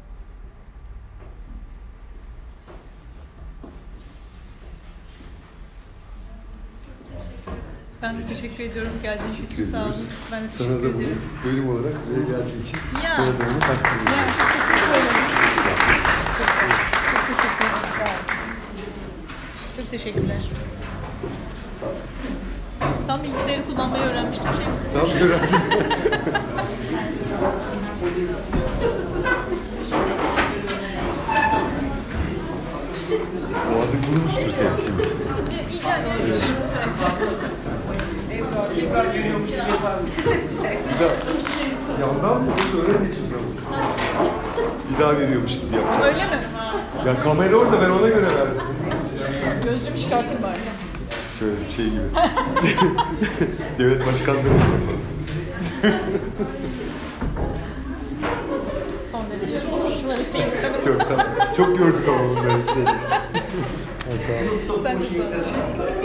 Ben de teşekkür ediyorum geldiğiniz için. Sağ olun. Ben de teşekkür ederim. Sana da bunu bölüm olarak buraya geldiği için ya. sana da onu takdim ediyorum. Çok teşekkürler. Tam bilgisayarı kullanmayı öğrenmiştim şey. Tam öğrendim. Boğazın kurumuştur senin şimdi. İyi yani. Tekrar geliyormuş gibi yapar mısın? Bir daha yandan mı? Bunu öğrenmeyeceğim zaman. Bir daha veriyormuş gibi yapacağım. Öyle mi? Ya kamera orada, ben ona göre verdim. Gözlüğümü çıkartayım bari. Şöyle bir şey gibi. Devlet başkanları gibi. Son derece. Çok gördük ama bunları. Şey. Sen de sağ ol.